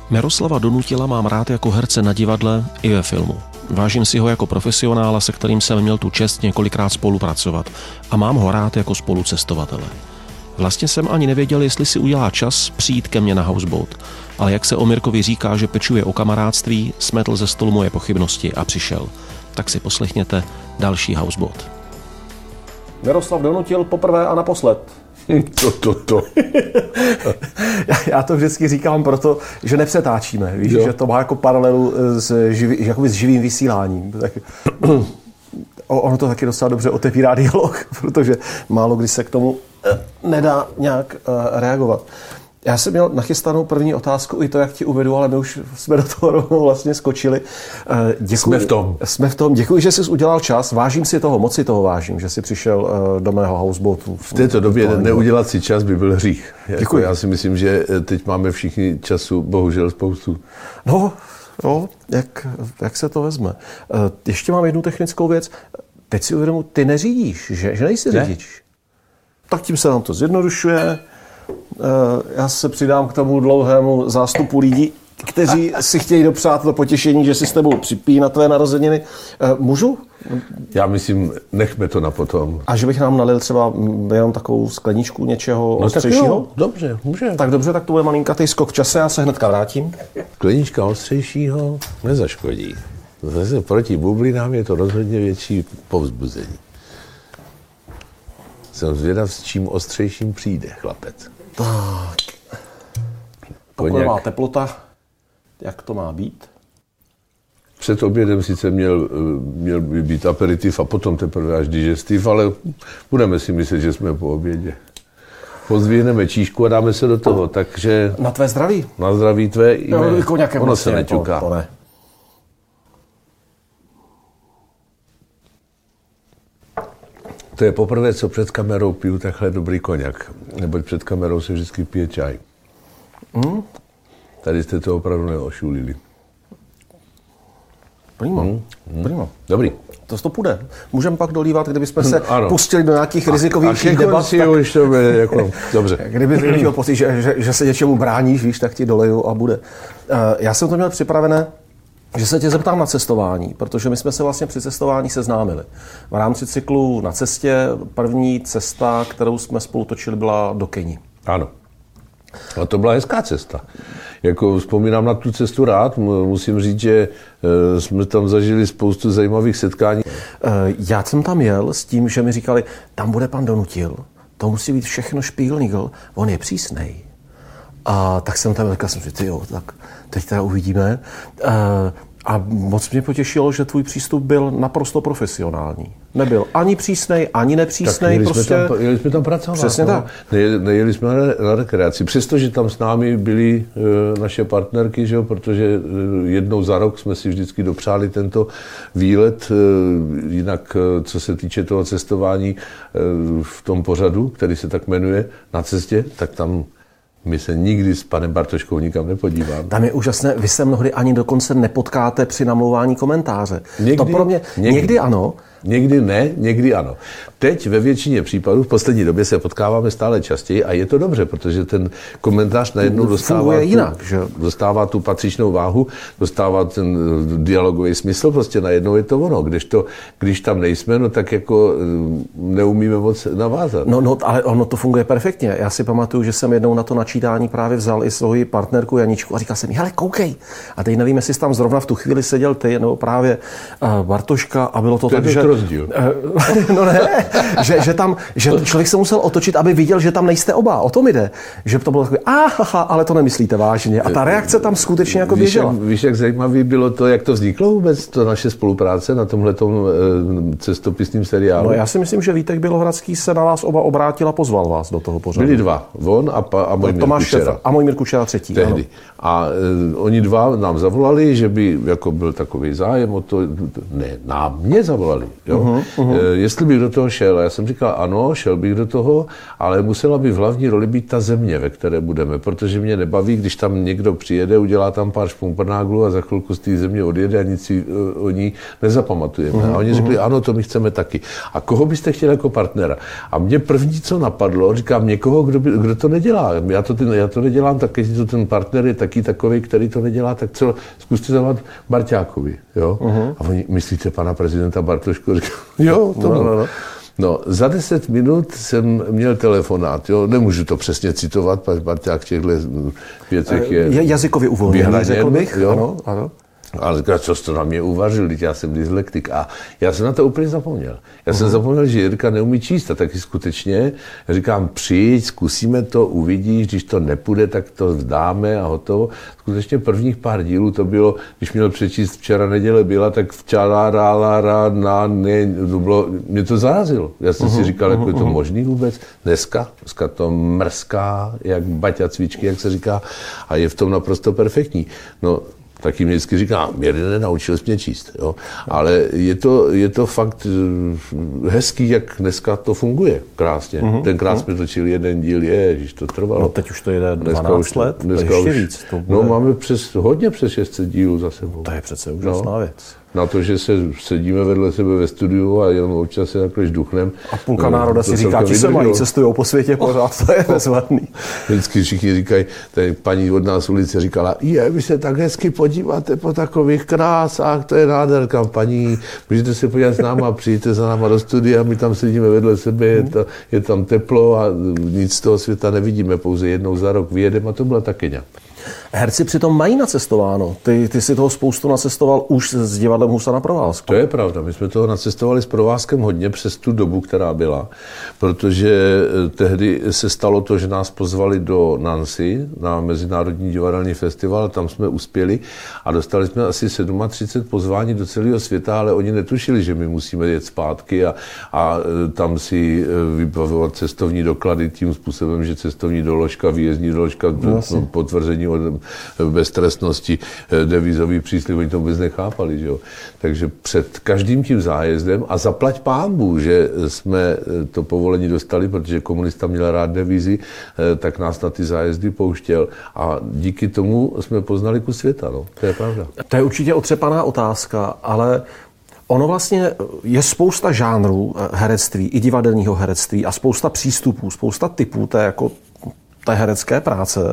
Miroslava Donutila mám rád jako herce na divadle i ve filmu. Vážím si ho jako profesionála, se kterým jsem měl tu čest několikrát spolupracovat a mám ho rád jako spolucestovatele. Vlastně jsem ani nevěděl, jestli si udělá čas přijít ke mně na Houseboat, ale jak se o Mirkovi říká, že pečuje o kamarádství, smetl ze stolu moje pochybnosti a přišel. Tak si poslechněte další Houseboat. Miroslav Donutil poprvé a naposled. To. Já to vždycky říkám proto, že nepřetáčíme, víš, že to má jako paralelu s živým vysíláním. Tak, ono to taky docela dobře otevírá dialog, protože málo kdy se k tomu nedá nějak reagovat. Já jsem měl nachystanou první otázku i to, jak ti uvedu, ale my už jsme do toho rovnou vlastně skočili. Děkuji, Jsme v tom. Děkuji, že jsi udělal čas. Vážím si toho, moc si toho vážím, že jsi přišel do mého Houseboatu. V této době neudělat si čas by byl hřích. Děkuji. Já si myslím, že teď máme všichni času, bohužel spoustu. No, jak se to vezme. Ještě mám jednu technickou věc. Teď si uvědomu, ty neřídíš, že nejsi řidič. Tak tím se nám to zjednodušuje. Já se přidám k tomu dlouhému zástupu lidí, kteří si chtějí dopřát to potěšení, že si s tebou připíjí na tvé narozeniny. Můžu? Já myslím, nechme to na potom. A že bych nám nalil třeba jenom takovou skleničku něčeho ostřejšího? Dobře, může. Tak dobře, tak to bude malinkatý skok v čase, já se hnedka vrátím. Sklenička ostřejšího nezaškodí. Zase proti bublinám je to rozhodně větší povzbuzení. Jsem zvědav, s čím ostřejším přijde chlapec. Tak. Pokorová teplota, jak to má být? Před obědem sice měl by být aperitiv a potom teprve až digestiv, ale budeme si myslet, že jsme po obědě. Pozdvihneme číšku a dáme se do toho, takže... Na tvé zdraví? Na zdraví tvé i mé. Ono vlastně, se neťuká. To ne. To je poprvé, co před kamerou piju takhle dobrý koněk. Neboť před kamerou se vždycky pije čaj. Tady jste to opravdu neošulili. Primo. Dobrý. To půjde. Můžeme pak dolívat, kdybychom se pustili do nějakých rizikových debat. Dobře. Kdyby měl pocit, že se něčemu bráníš, víš, tak ti doleju a bude. Já jsem to měl připravené, že se tě zeptám na cestování, protože my jsme se vlastně při cestování seznámili. V rámci cyklu Na cestě první cesta, kterou jsme spolu točili, byla do Keni. Ano. A to byla hezká cesta. Jako vzpomínám na tu cestu rád, musím říct, že jsme tam zažili spoustu zajímavých setkání. Já jsem tam jel s tím, že mi říkali, tam bude pan Donutil, to musí být všechno špílnigl, on je přísnej. A tak jsem tam říkal, tak teď teda uvidíme. A moc mě potěšilo, že tvůj přístup byl naprosto profesionální. Nebyl ani přísnej, ani nepřísnej. Jeli jsme tam pracovat. Přesně tak. Nejeli jsme na rekreaci. Přestože tam s námi byly naše partnerky, že jo, protože jednou za rok jsme si vždycky dopřáli tento výlet. Jinak, co se týče toho cestování v tom pořadu, který se tak jmenuje Na cestě, tak tam my se nikdy s panem Bartoškou nikam nepodíváme. Tam je úžasné, vy se mnohdy ani dokonce nepotkáte při namlouvání komentáře. To pro mě někdy ano. Někdy ne, někdy ano. Teď ve většině případů v poslední době se potkáváme stále častěji a je to dobře, protože ten komentář najednou dostává tu patřičnou váhu, dostává ten dialogový smysl, prostě najednou je to ono. Když tam nejsme, no tak jako neumíme moc navázat. No, ale ono to funguje perfektně. Já si pamatuju, že jsem jednou na to načítání právě vzal i svoji partnerku Janičku a říkal jsem jí, hele, koukej. A teď nevím, jestli jsi tam zrovna v tu chvíli seděl ty, nebo právě Bartoška a bylo to tak, že rozdíl. No ne, že člověk se musel otočit, aby viděl, že tam nejste oba. O tom jde. Že to bylo takové, ale to nemyslíte vážně. A ta reakce tam skutečně jako běžela. Víš, jak zajímavý bylo to, jak to vzniklo vůbec, to naše spolupráce na tomhletom cestopisným seriálu? No já si myslím, že Vítek Bělohradský se na vás oba obrátil a pozval vás do toho pořadu. Byli dva, on a Mojmír Kučera. A Mojmír Kučera třetí. Tehdy. Ano. A oni dva nám zavolali, že by jako byl takový zájem o to, ne, mě zavolali. Jo? Jestli bych do toho šel, a já jsem říkal, ano, šel bych do toho, ale musela by v hlavní roli být ta země, ve které budeme, protože mě nebaví, když tam někdo přijede, udělá tam pár špumprnáglů a za chvilku z té země odjede a nic si o ní nezapamatujeme. A oni řekli, ano, to my chceme taky. A koho byste chtěli jako partnera? A mě první, co napadlo, říkám, někoho, kdo to nedělá. Já to nedělám, tak když to ten partner je taky takový, který to nedělá, tak co, zkuste zavolat Barťákovi. Jo? A oni, myslíte pana prezidenta Bartošku? Říkám, jo, to No, za 10 minut jsem měl telefonát, jo, nemůžu to přesně citovat, pan Barťák v těchto věcech je jazykově uvolněný, řekl bych, jo? Ano. Ale říkal, co jsi to na mě uvařil, teď já jsem dyslektik. A já jsem na to úplně zapomněl. Já jsem zapomněl, že Jirka neumí číst a taky skutečně říkám, přijď, zkusíme to, uvidíš, když to nepůjde, tak to vzdáme a hotovo. Skutečně prvních pár dílů to bylo, když měl přečíst včera neděle byla, tak včera, mě to zarazilo. Já jsem si říkal, jako je to možný vůbec. Dneska to mrská, jak baťa cvičky, jak se říká, a je v tom naprosto perfektní. No, taky mě vždycky říká, Mirine, naučil jsi mě číst. Jo? Ale je to fakt hezký, jak dneska to funguje krásně. Tenkrát jsme točili jeden díl, ježiš, to trvalo. No teď už to jede 12 let, dneska ještě už, víc. To bude... No máme hodně přes 600 dílů za sebou. To je přece úžasná věc. Na to, že se sedíme vedle sebe ve studiu a jenom občas se takhle žduchnem. A půlka národa si říká, ti se mají, cestujou po světě pořád, to je bezvadný. Vždycky všichni říkají, tady paní od nás ulice říkala, vy se tak hezky podíváte po takových krásách, to je nádherka, paní, můžete se podívat s náma, přijďte za náma do studia, my tam sedíme vedle sebe, je tam teplo a nic z toho světa nevidíme, pouze jednou za rok vyjedeme a to byla ta Keňa. Herci přitom mají nacestováno. Ty si toho spoustu nacestoval už s divadlem Husa na provázku. To je pravda. My jsme toho nacestovali s provázkem hodně přes tu dobu, která byla, protože tehdy se stalo to, že nás pozvali do Nancy na Mezinárodní divadelní festival, tam jsme uspěli a dostali jsme asi 37 pozvání do celého světa, ale oni netušili, že my musíme jet zpátky a tam si vybavovat cestovní doklady tím způsobem, že cestovní doložka, výjezdní doložka, potvrzení o beztrestnosti, devizový příslib, oni to vůbec nechápali, že jo. Takže před každým tím zájezdem, a zaplať pánbů, že jsme to povolení dostali, protože komunista měl rád devizy, tak nás na ty zájezdy pouštěl a díky tomu jsme poznali kus světa, no. To je pravda. To je určitě otřepaná otázka, ale ono vlastně je spousta žánrů herectví, i divadelního herectví a spousta přístupů, spousta typů té herecké práce.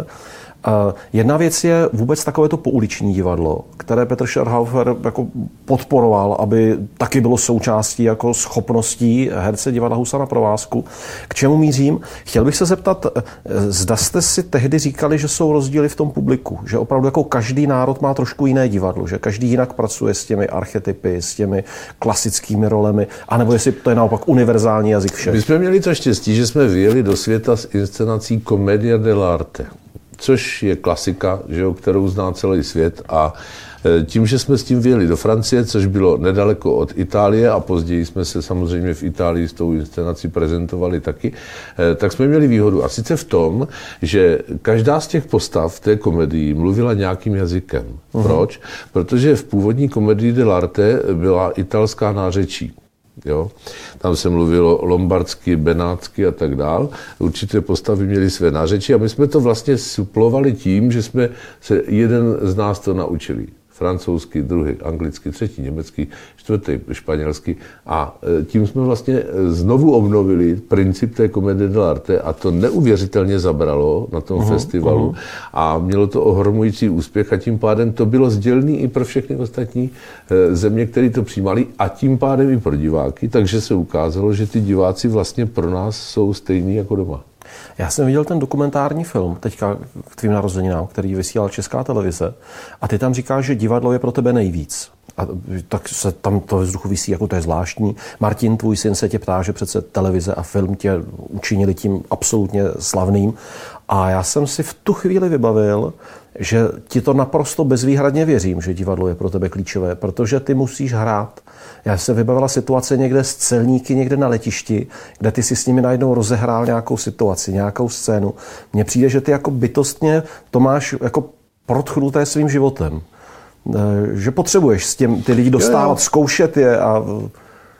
Jedna věc je vůbec takovéto pouliční divadlo, které Petr Scherhaufer jako podporoval, aby taky bylo součástí jako schopností herce divadla Husa na provázku. K čemu mířím? Chtěl bych se zeptat, zda jste si tehdy říkali, že jsou rozdíly v tom publiku, že opravdu jako každý národ má trošku jiné divadlo, že každý jinak pracuje s těmi archetypy, s těmi klasickými rolemi, anebo jestli to je naopak univerzální jazyk všech. My jsme měli to štěstí, že jsme vyjeli do světa s inscenací Commedia dell'arte, což je klasika, že jo, kterou zná celý svět, a tím, že jsme s tím vyjeli do Francie, což bylo nedaleko od Itálie a později jsme se samozřejmě v Itálii s tou inscenací prezentovali taky, tak jsme měli výhodu. A sice v tom, že každá z těch postav v té komedii mluvila nějakým jazykem. Proč? Protože v původní Comedii dell'arte byla italská nářečí. Jo? Tam se mluvilo lombardsky, benátsky a tak dál. Určité postavy měly své nářečí a my jsme to vlastně suplovali tím, že jsme se jeden z nás to naučili. Francouzsky, druhý, anglicky, třetí, německý, čtvrtý, španělsky. A tím jsme vlastně znovu obnovili princip té Comedie dell'arte a to neuvěřitelně zabralo na tom festivalu a mělo to ohromující úspěch a tím pádem to bylo sdělný i pro všechny ostatní země, které to přijímali a tím pádem i pro diváky, takže se ukázalo, že ty diváci vlastně pro nás jsou stejní jako doma. Já jsem viděl ten dokumentární film teďka k tvým narozeninám, který vysílal Česká televize a ty tam říkáš, že divadlo je pro tebe nejvíc. A tak se tam to ve vzduchu visí, jako to je zvláštní. Martin, tvůj syn, se tě ptá, že přece televize a film tě učinili tím absolutně slavným. A já jsem si v tu chvíli vybavil, že ti to naprosto bezvýhradně věřím, že divadlo je pro tebe klíčové, protože ty musíš hrát. Já se vybavila situace někde s celníky, někde na letišti, kde ty si s nimi najednou rozehrál nějakou situaci, nějakou scénu. Mně přijde, že ty jako bytostně to máš jako protchnuté svým životem. Že potřebuješ s tím ty lidi dostávat, zkoušet je a...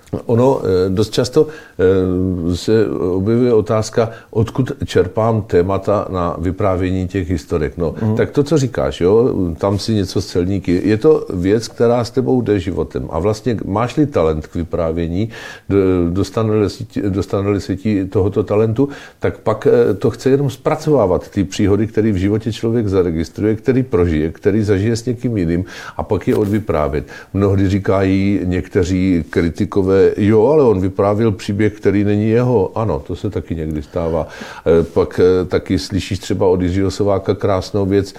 Ono dost často se objevuje otázka, odkud čerpám témata na vyprávění těch historek. No, tak to, co říkáš, jo, tam si něco z celníky, je to věc, která s tebou jde životem. A vlastně máš-li talent k vyprávění, dostane-li se ti tohoto talentu, tak pak to chce jenom zpracovávat ty příhody, které v životě člověk zaregistruje, který prožije, který zažije s někým jiným a pak je odvyprávět. Mnohdy říkají někteří kritikové, jo, ale on vyprávěl příběh, který není jeho. Ano, to se taky někdy stává. Pak taky slyšíš třeba od Jiřího Sováka krásnou věc,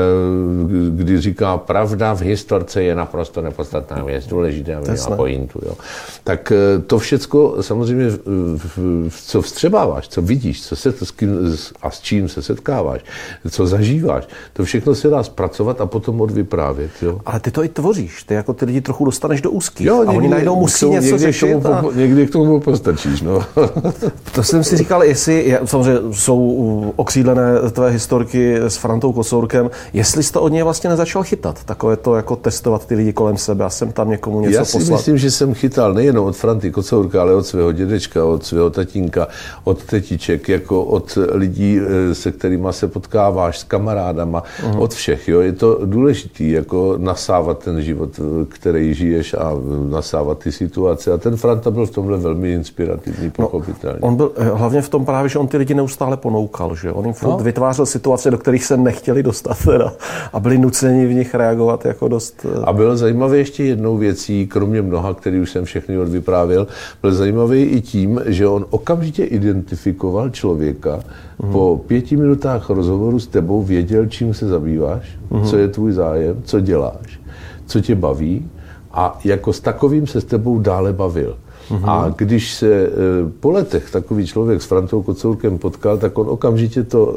kdy říká, pravda v historce je naprosto nepodstatná věc, důležité, aby měla pointu. Jo. Tak to všecko samozřejmě, co vstřebáváš, co vidíš, co se s kým a s čím se setkáváš, co zažíváš, to všechno se dá zpracovat a potom odvyprávět. Jo. Ale ty to i tvoříš, ty jako ty lidi trochu dostaneš do úzkých. Jo, a oni najednou musí něco řešit. Někdy k tomu postačíš. No. To jsem si říkal, jestli, samozřejmě jsou okřídlené tvé historky s Frantou Kocourkem, jestli jsi to od něj vlastně nezačal chytat, takové to jako testovat ty lidi kolem sebe a jsem tam někomu něco poslat. Já si myslím, že jsem chytal nejenom od Franty Kocourka, ale od svého dědečka, od svého tatínka, od tetiček, jako od lidí, se kterými se potkáváš, s kamarádama, od všech. Jo. Je to důležité, jako nasávat ten život, který žiješ a nasávat ty situace. A ten Franta byl v tomhle velmi inspirativní, pochopitelně. On byl hlavně v tom právě, že on ty lidi neustále ponoukal, že on jim vytvářel situace, do kterých se nechtěli dostat teda, a byli nuceni v nich reagovat jako dost. A bylo zajímavé ještě jednou věcí, kromě mnoha, který už jsem všechny odvyprávěl, byl zajímavý i tím, že on okamžitě identifikoval člověka, po 5 minutách rozhovoru s tebou věděl, čím se zabýváš, co je tvůj zájem, co děláš, co tě baví, a jako s takovým se s tebou dále bavil. A když se po letech takový člověk s Frantou Kocourkem potkal, tak on okamžitě to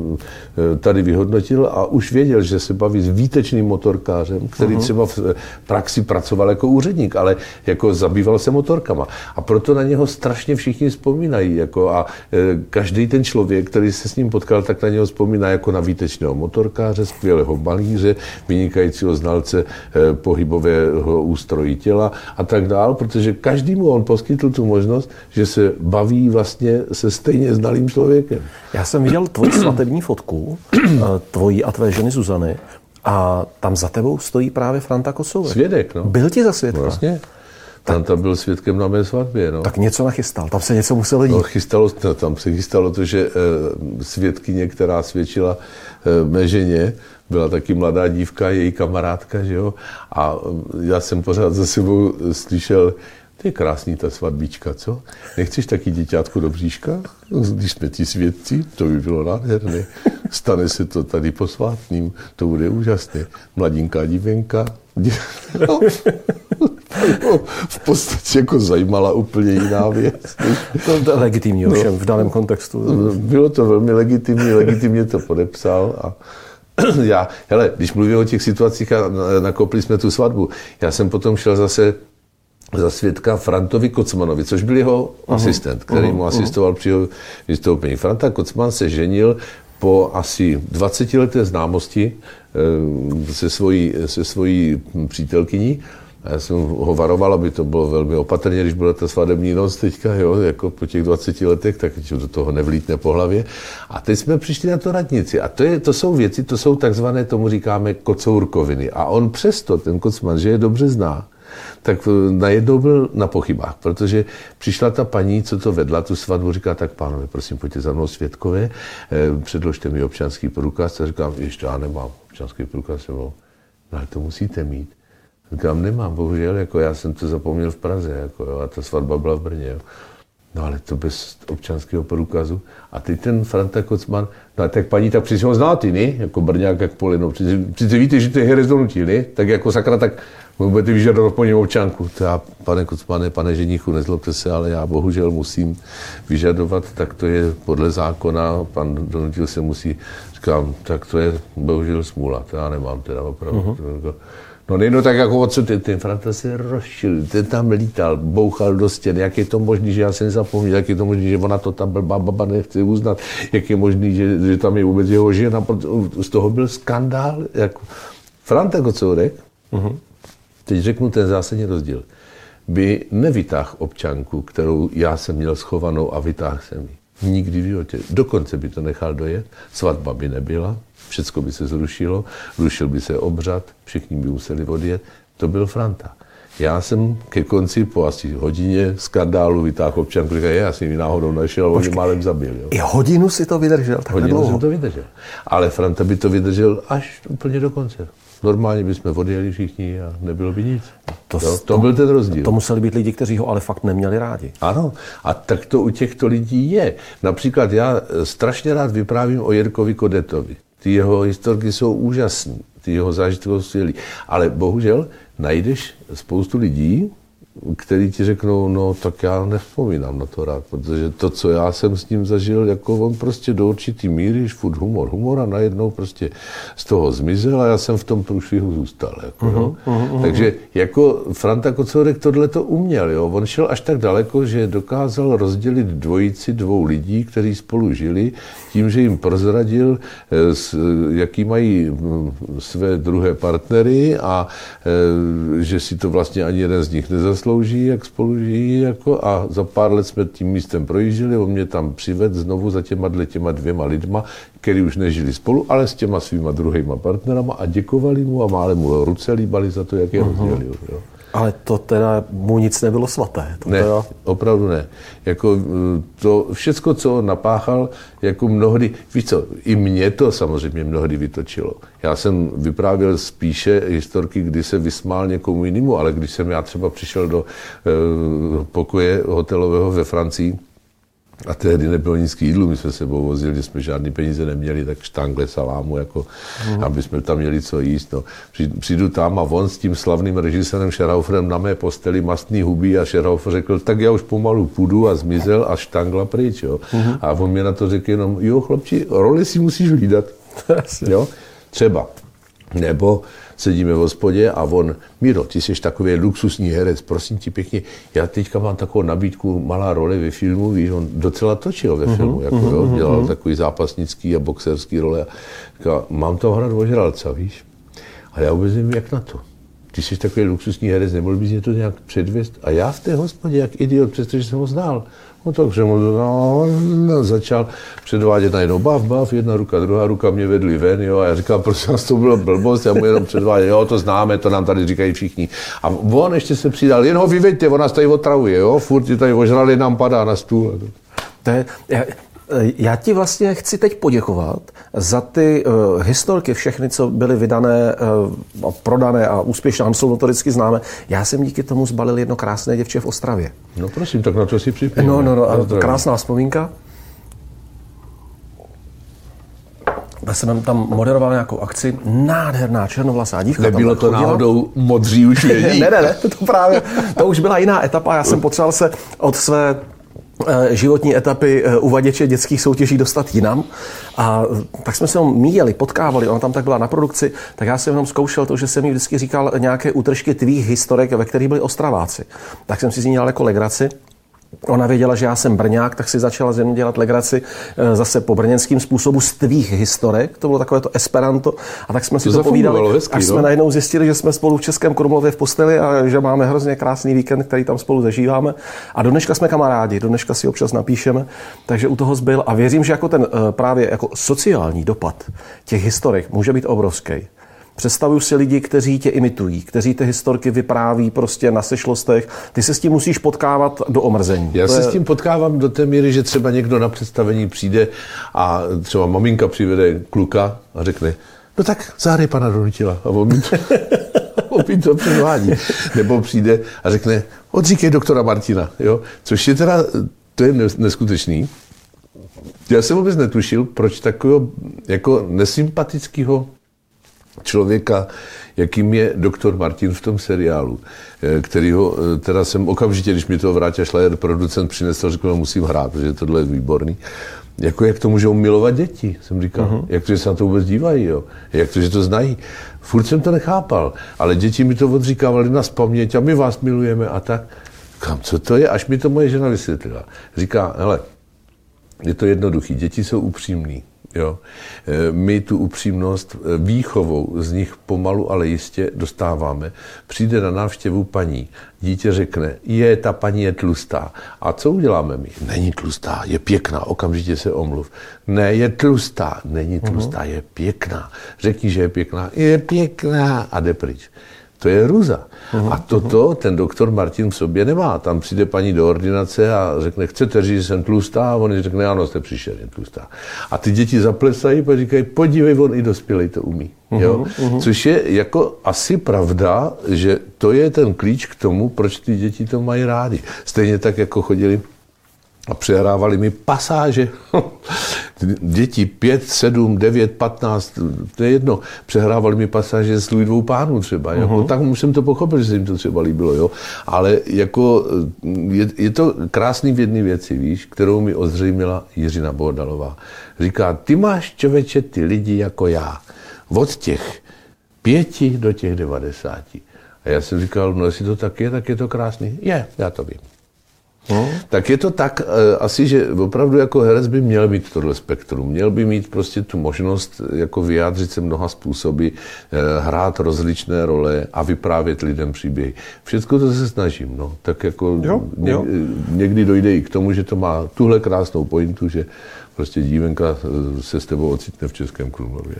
tady vyhodnotil a už věděl, že se baví s výtečným motorkářem, který třeba v praxi pracoval jako úředník, ale jako zabýval se motorkama. A proto na něho strašně všichni vzpomínají. Jako a každý ten člověk, který se s ním potkal, tak na něho vzpomíná jako na výtečného motorkáře, skvělého malíře, vynikajícího znalce pohybového ústrojí těla a tak dál, protože každému on poskytl tu možnost, že se baví vlastně se stejně znalým člověkem. Já jsem viděl tvoji svatební fotku, tvojí a tvé ženy Zuzany, a tam za tebou stojí právě Franta Kocourek. Svědek, no. Byl ti za svědka? No, vlastně. Franta byl svědkem na mé svatbě, no. Tak něco nachystal, tam se něco muselo dít. No, tam se chystalo to, že svědkyně, která svědčila mé ženě, byla taky mladá dívka, její kamarádka, že jo, a já jsem pořád za sebou slyšel, to je krásný ta svatbička, co? Nechceš taky děťátko do bříška? Když jsme ti svědci, to by bylo nádherné. Stane se to tady posvátným, to bude úžasné. Mladinká dívenka. No, v podstatě jako zajímala úplně jiná věc. To je legitimní ovšem v daném kontextu. Bylo to velmi legitimně to podepsal a hele, když mluvím o těch situacích a nakopli jsme tu svatbu, já jsem potom šel zase za svědka Frantovi Kocmanovi, což byl jeho asistent, který mu asistoval při jeho vystoupení. Franta Kocman se ženil po asi 20leté známosti se svojí přítelkyní. Já jsem ho varoval, aby to bylo velmi opatrně, když byla ta svadební noc teďka, jo, jako po těch 20 letech, tak do toho nevlítne po hlavě. A teď jsme přišli na to radnici. A to jsou věci, to jsou takzvané, tomu říkáme kocourkoviny. A on přesto, ten Kocman, že je dobře zná, tak najednou byl na pochybách, protože přišla ta paní, co to vedla, tu svatbu, říká, tak pánové, prosím, pojďte za mnou svědkové, předložte mi občanský průkaz. A říkám, ještě já nemám občanský průkaz, no, ale to musíte mít. Říkám, nemám, bohužel, jako já jsem to zapomněl v Praze, jako, jo, a ta svatba byla v Brně. Jo. No ale to bez občanského průkazu. A teď ten Franta Kocman, no tak paní, tak přeci ho znáte, ne? Jako Brňák, jak Polino. Přeci víte, že to je herec donutí, ne? Tak jako sakra, tak budete vyžadovat po něm občanku. To já, pane Kocmane, pane ženichu, nezlobte se, ale já bohužel musím vyžadovat, tak to je podle zákona, pan donutil se musí, říkám, tak to je bohužel smůla, to já nemám teda opravdu. No nejno tak jako o co ten Franta se rozšil, ten tam lítal, bouchal do stěn, jak je to možný, že já jsem zapomněl, jak je to možný, že ona to tam blbá baba nechce uznat, jak je možný, že tam je vůbec jeho žena, z toho byl skandál. Jako Franta Kocourek, teď řeknu ten zásadní rozdíl, by nevytáhl občanku, kterou já jsem měl schovanou a vytáhl jsem ji. Nikdy v životě. Dokonce by to nechal dojet, svatba by nebyla, všecko by se zrušilo, rušil by se obřad, všichni by museli odjet. To byl Franta. Já jsem ke konci po asi hodině skandálu vytáhl občanku, říkal, já jsem ji náhodou našel, on ji málem zabil. Jo. I hodinu si to vydržel, tak hodinu dlouho. jsem to vydržel. Ale Franta by to vydržel až úplně do konce. Normálně bychom odjeli všichni a nebylo by nic. To byl ten rozdíl. To museli být lidi, kteří ho ale fakt neměli rádi. Ano, a tak to u těchto lidí je. Například já strašně rád vyprávím o Jirkovi Kodetovi. Ty jeho historky jsou úžasné, ty jeho zážitky jsou skvělý. Ale bohužel najdeš spoustu lidí, který ti řeknou, no tak já nevzpomínám na to rád, protože to, co já jsem s ním zažil, jako on prostě do určitý míry, furt humor a najednou prostě z toho zmizel a já jsem v tom průšvihu zůstal. Jako, Takže jako Franta Kocourek tohle to uměl, jo. On šel až tak daleko, že dokázal rozdělit dvojici dvou lidí, kteří spolu žili, tím, že jim prozradil, jaký mají své druhé partnery a že si to vlastně ani jeden z nich nezaslouží, jak spolu žijí, jako, a za pár let jsme tím místem projížděli, on mě tam přivedl znovu za těma dvěma lidma, který už nežili spolu, ale s těma svýma druhýma partnerama a děkovali mu a málem mu ruce líbali za to, jak je rozdělil. Jo. Ale to teda mu nic nebylo svaté. To ne, teda... opravdu ne. Jako to všecko, co on napáchal, jako mnohdy, víš co, i mě to samozřejmě mnohdy vytočilo. Já jsem vyprávěl spíše historky, kdy se vysmál někomu jinému, ale když jsem já třeba přišel do pokoje hotelového ve Francii, a tehdy nebylo nic k jídlu, my jsme sebou vozili, že jsme žádný peníze neměli, tak štangle salámu, jako, aby jsme tam měli co jíst. No. Přijdu tam a on s tím slavným režisérem Scherhauferem na mé posteli mastný huby a Scherhaufer řekl, tak já už pomalu půjdu a zmizel a štangla pryč. Jo. A on mě na to řekl jenom, jo chlapči, roli si musíš hlídat. Jo? Třeba. Nebo sedíme v hospodě a on, Miro, ty jsi takový luxusní herec, prosím ti pěkně, já teďka mám takovou nabídku, malá role ve filmu, víš, on docela točil ve filmu, jako, jo, dělal takový zápasnický a boxerský role a říkal, mám tam hrát ožralca, víš, a já vůbec nevím, jak na to. Ty jsi takový luxusní herec, nemohl bys mě to nějak předvést? A já v té hospodě, jak idiot, přestože jsem ho znal. No takže začal předvádět najednou bav, jedna ruka, druhá ruka mě vedli ven, jo, a já říkám, prosím vás, to bylo blbost, já mu jenom předvádět, jo, to známe, to nám tady říkají všichni. A on ještě se přidal, jen ho vyveďte, on nás tady otravuje, jo, furt je tady ožrali, nám padá na stůl. To je, já ti vlastně chci teď poděkovat za ty historky všechny, co byly vydané a prodané a úspěšné, jsou notoricky známé. Já jsem díky tomu zbalil jedno krásné děvče v Ostravě. No prosím, tak na to si připomínám. No, krásná vzpomínka. Já jsem tam moderoval nějakou akci, nádherná černovlasá dívka. Nebylo to náhodou modří už vědí? Ne, to už byla jiná etapa. Já jsem potřeboval se od své životní etapy uvaděče dětských soutěží dostat jinam. A tak jsme se míjeli, potkávali, ona tam tak byla na produkci, tak já jsem jenom zkoušel to, že jsem jí vždycky říkal nějaké útržky tvých historek, ve kterých byli Ostraváci. Tak jsem si z ní dělal jako legraci. Ona věděla, že já jsem Brňák, tak si začala ze mě dělat legraci zase po brněnským způsobu z tvých historek. To bylo takové to esperanto. A tak jsme si to povídali, hezky, až jsme najednou zjistili, že jsme spolu v Českém Krumlově v posteli a že máme hrozně krásný víkend, který tam spolu zažíváme. A do dneška jsme kamarádi, do dneška si občas napíšeme, takže u toho zbyl. A věřím, že jako ten právě jako sociální dopad těch historek může být obrovský. Představuju si lidi, kteří tě imitují, kteří ty historky vypráví prostě na sešlostech. Ty se s tím musíš potkávat do omrzení. Já se s tím potkávám do té míry, že třeba někdo na představení přijde a třeba maminka přivede kluka a řekne, no tak zahraj pana Donutila. A on mi to předvádí. Nebo přijde a řekne, odříkej doktora Martina. Jo? Což je teda, to je neskutečný. Já jsem vůbec netušil, proč takového jako nesympatického člověka, jakým je doktor Martin v tom seriálu, kterýho teda jsem okamžitě, když mi to Vráťa Šlajer, producent, přinesl, řekl, že musím hrát, protože tohle je výborný. Jako jak to můžou milovat děti, jsem říkal. Jak to, že se na to vůbec dívají, jo? Jak to, že to znají. Furt jsem to nechápal, ale děti mi to odříkávali na paměť a my vás milujeme a tak. Kam, co to je? Až mi to moje žena vysvětlila. Říká, hele, je to jednoduchý, děti jsou upřímný. Jo. My tu upřímnost výchovou z nich pomalu, ale jistě dostáváme. Přijde na návštěvu paní, dítě řekne, ta paní je tlustá. A co uděláme my? Není tlustá, je pěkná, okamžitě se omluv. Ne, je tlustá, není tlustá, je pěkná. Řekni, že je pěkná a jde pryč. To je hruza. A toto ten doktor Martin v sobě nemá. Tam přijde paní do ordinace a řekne, chcete říct, že jsem tlustá? A on řekne, ano, jste příšerně tlustá. A ty děti zaplesají a říkají, podívej, on i dospělej to umí. Jo? Což je jako asi pravda, že to je ten klíč k tomu, proč ty děti to mají rádi. Stejně tak, jako chodili a přehrávali mi pasáže. Děti 5, 7, 9, 15, to je jedno, přehrávali mi pasáže z Louis II pánů třeba. Jako, tak už jsem to pochopil, že se jim to třeba líbilo. Jo? Ale jako, je to krásný v jedné věci, víš, kterou mi ozřejmila Jiřina Bohdalová. Říká, ty máš, člověče, ty lidi jako já. Od těch 5 do těch 90. A já jsem říkal, no jestli to tak je to krásný. Já to vím. Tak je to tak asi, že opravdu jako herec by měl mít tohle spektrum. Měl by mít prostě tu možnost jako vyjádřit se mnoha způsoby, hrát rozličné role a vyprávět lidem příběhy. Všechno to se snažím. No. Tak jako někdy dojde i k tomu, že to má tuhle krásnou pointu, že prostě dívenka se s tebou ocitne v Českém Krumlově.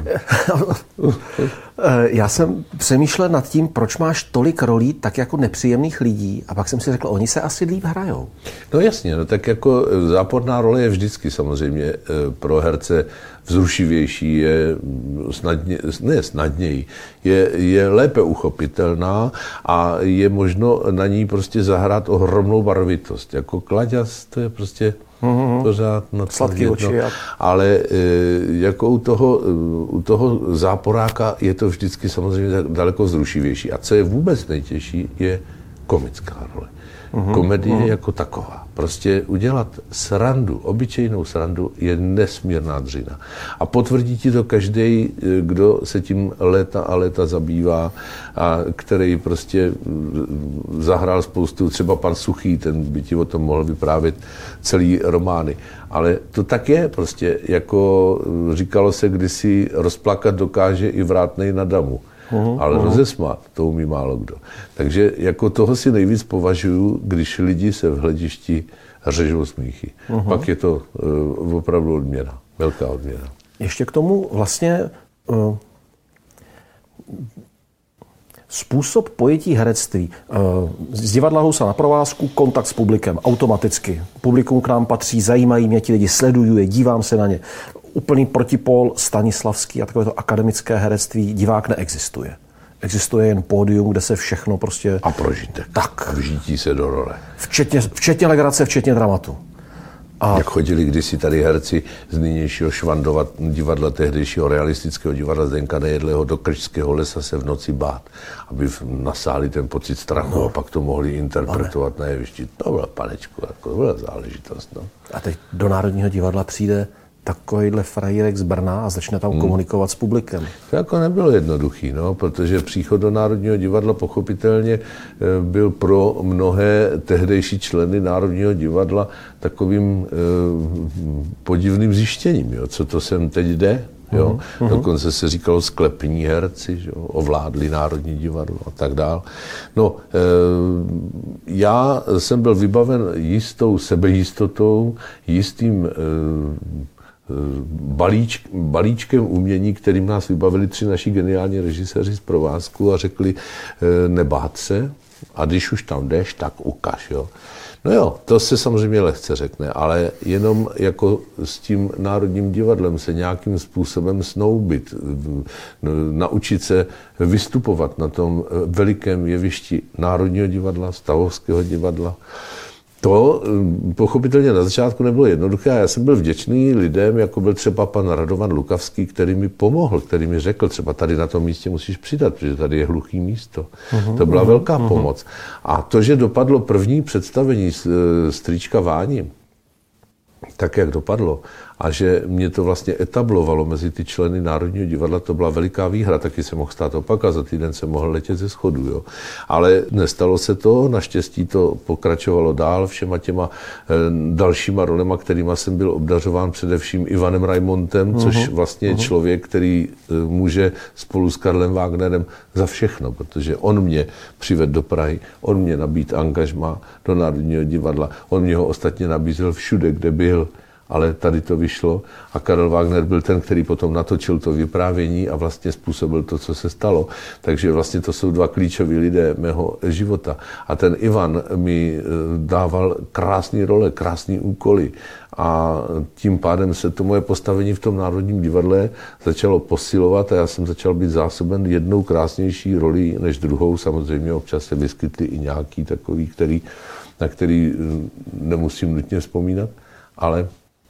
No. Já jsem přemýšlel nad tím, proč máš tolik rolí tak jako nepříjemných lidí a pak jsem si řekl, oni se asi líp hrajou. No jasně, no tak jako záporná role je vždycky samozřejmě pro herce vzrušivější, je snadněji, je lépe uchopitelná a je možno na ní prostě zahrát ohromnou barvitost. Jako Klaďas, to je prostě pořád sladký oči. Ale jako u toho záporáka je to vždycky samozřejmě daleko vzrušivější. A co je vůbec nejtěžší, je komická role. Komedie jako taková. Prostě udělat srandu, obyčejnou srandu, je nesmírná dřina. A potvrdí ti to každý, kdo se tím léta a léta zabývá a který prostě zahrál spoustu, třeba pan Suchý, ten by ti o tom mohl vyprávět celý romány. Ale to tak je prostě, jako říkalo se kdysi, rozplakat dokáže i vrátnej na damu. Ale rozesmát, to umí málo kdo. Takže jako toho si nejvíc považuju, když lidi se v hledišti řežou smíchy. Pak je to opravdu odměna, velká odměna. Ještě k tomu vlastně způsob pojetí herectví. Z divadla Housa na provázku, kontakt s publikem, automaticky. Publikum k nám patří, zajímají mě ti lidi, sleduju je, dívám se na ně. Úplný protipól Stanislavský a takové to akademické herectví, divák neexistuje. Existuje jen pódium, kde se všechno prostě... A prožitek. Tak. A vžítí se do role. Včetně legrace, včetně dramatu. A jak chodili kdysi tady herci z nynějšího Švandova divadla, tehdejšího realistického divadla Zdenka Nejedlého do Krčského lesa se v noci bát, aby nasáli ten pocit strachu a pak to mohli interpretovat na jevišti. To byla panečku, jako to byla záležitost. No. A teď do Národního divadla přijde takovýhle frajírek z Brna a začne tam komunikovat s publikem. To jako nebylo jednoduchý, no, protože příchod do Národního divadla pochopitelně byl pro mnohé tehdejší členy Národního divadla takovým podivným zjištěním, jo, co to sem teď jde. Jo? Dokonce se říkalo sklepní herci, že jo? Ovládli Národní divadlo a tak dál. No, já jsem byl vybaven jistou sebejistotou, jistým balíčkem umění, kterým nás vybavili 3 naši geniální režiséři z provázku a řekli nebát se a když už tam jdeš, tak ukaž. Jo. No jo, to se samozřejmě lehce řekne, ale jenom jako s tím Národním divadlem se nějakým způsobem snoubit, naučit se vystupovat na tom velikém jevišti Národního divadla, Stavovského divadla. To pochopitelně na začátku nebylo jednoduché a já jsem byl vděčný lidem, jako byl třeba pan Radovan Lukavský, který mi pomohl, který mi řekl, třeba tady na tom místě musíš přidat, protože tady je hluchý místo. To byla velká pomoc. A to, že dopadlo první představení Strýčka Váni, tak, jak dopadlo, a že mě to vlastně etablovalo mezi ty členy Národního divadla, to byla veliká výhra, taky se mohl stát opak a za týden jsem mohl letět ze schodu. Jo. Ale nestalo se to, naštěstí to pokračovalo dál všema těma dalšíma rolema, kterýma jsem byl obdařován, především Ivanem Raimontem, což vlastně je člověk, který může spolu s Karlem Wagnerem za všechno, protože on mě přivedl do Prahy, on mě nabídl angažmá do Národního divadla, on mě ho ostatně nabízel všude, kde byl, ale tady to vyšlo a Karel Wagner byl ten, který potom natočil to vyprávění a vlastně způsobil to, co se stalo. Takže vlastně to jsou dva klíčoví lidé mého života. A ten Ivan mi dával krásné role, krásné úkoly a tím pádem se to moje postavení v tom Národním divadle začalo posilovat a já jsem začal být zásoben jednou krásnější rolí než druhou. Samozřejmě občas se vyskytly i nějaký takový, na který nemusím nutně vzpomínat, ale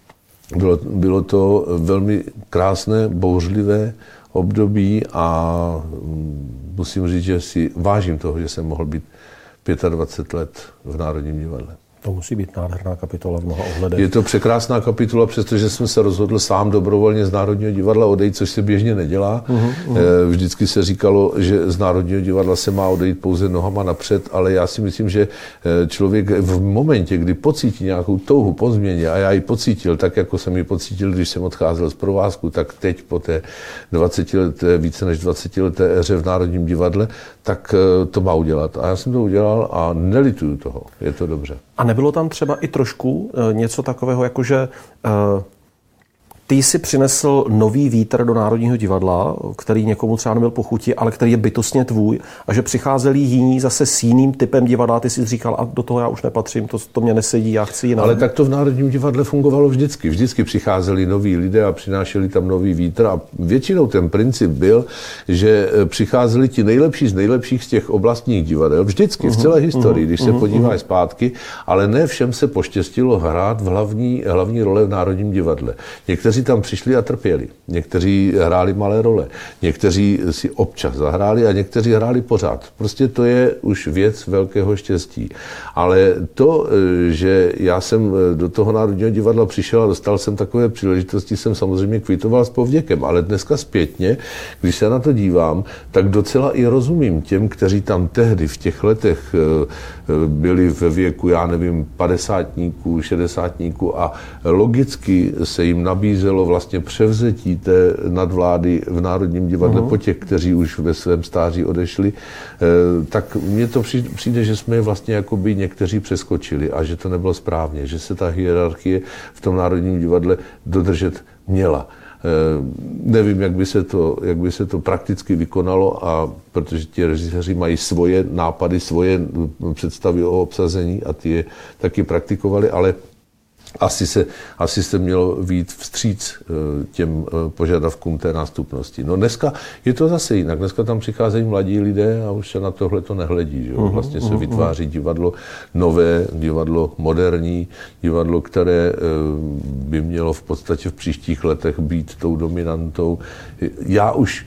bylo to velmi krásné, bouřlivé období a musím říct, že si vážím toho, že jsem mohl být 25 let v Národním divadle. To musí být nádherná kapitola v mnoha ohledech. Je to překrásná kapitola, přestože jsem se rozhodl sám dobrovolně z Národního divadla odejít, což se běžně nedělá. Vždycky se říkalo, že z Národního divadla se má odejít pouze nohama napřed, ale já si myslím, že člověk v momentě, kdy pocítí nějakou touhu po změně, a já ji pocítil, tak jako jsem ji pocítil, když jsem odcházel z provázku, tak teď po té 20leté, více než 20leté éře v Národním divadle, tak to má udělat. A já jsem to udělal a nelituju toho. Je to dobře. A nebylo tam třeba i trošku něco takového, jakože ty jsi přinesl nový vítr do Národního divadla, který někomu třeba nebyl po chuti, ale který je bytostně tvůj, a že přicházeli jiní zase s jiným typem divadla, ty jsi říkal, a do toho já už nepatřím, to mě nesedí, já chci jinak. Ale tak to v Národním divadle fungovalo vždycky. Vždycky přicházeli noví lidé a přinášeli tam nový vítr a většinou ten princip byl, že přicházeli ti nejlepší z nejlepších z těch oblastních divadel, vždycky v celé historii, když se podíváš zpátky, ale ne všem se poštěstilo hrát v hlavní role v Národním divadle. Někteří tam přišli a trpěli. Někteří hráli malé role. Někteří si občas zahráli a někteří hráli pořád. Prostě to je už věc velkého štěstí. Ale to, že já jsem do toho Národního divadla přišel a dostal jsem takové příležitosti, jsem samozřejmě kvitoval s povděkem. Ale dneska zpětně, když se na to dívám, tak docela i rozumím těm, kteří tam tehdy v těch letech byli ve věku, já nevím, 50-tníků, 60-tníků a logicky se jim nabízelo vlastně převzetí té nadvlády v Národním divadle po těch, kteří už ve svém stáří odešli, tak mně to přijde, že jsme je vlastně jakoby někteří přeskočili a že to nebylo správně, že se ta hierarchie v tom Národním divadle dodržet měla. Nevím, jak by se to prakticky vykonalo, a protože ti režiséři mají svoje nápady, svoje představy o obsazení a ty je taky praktikovali, ale asi se mělo vyjít vstříc těm požadavkům té nástupnosti. No dneska je to zase jinak. Dneska tam přicházejí mladí lidé a už se na tohle to nehledí. Že? Vlastně se vytváří divadlo nové, divadlo moderní, divadlo, které by mělo v podstatě v příštích letech být tou dominantou. Já už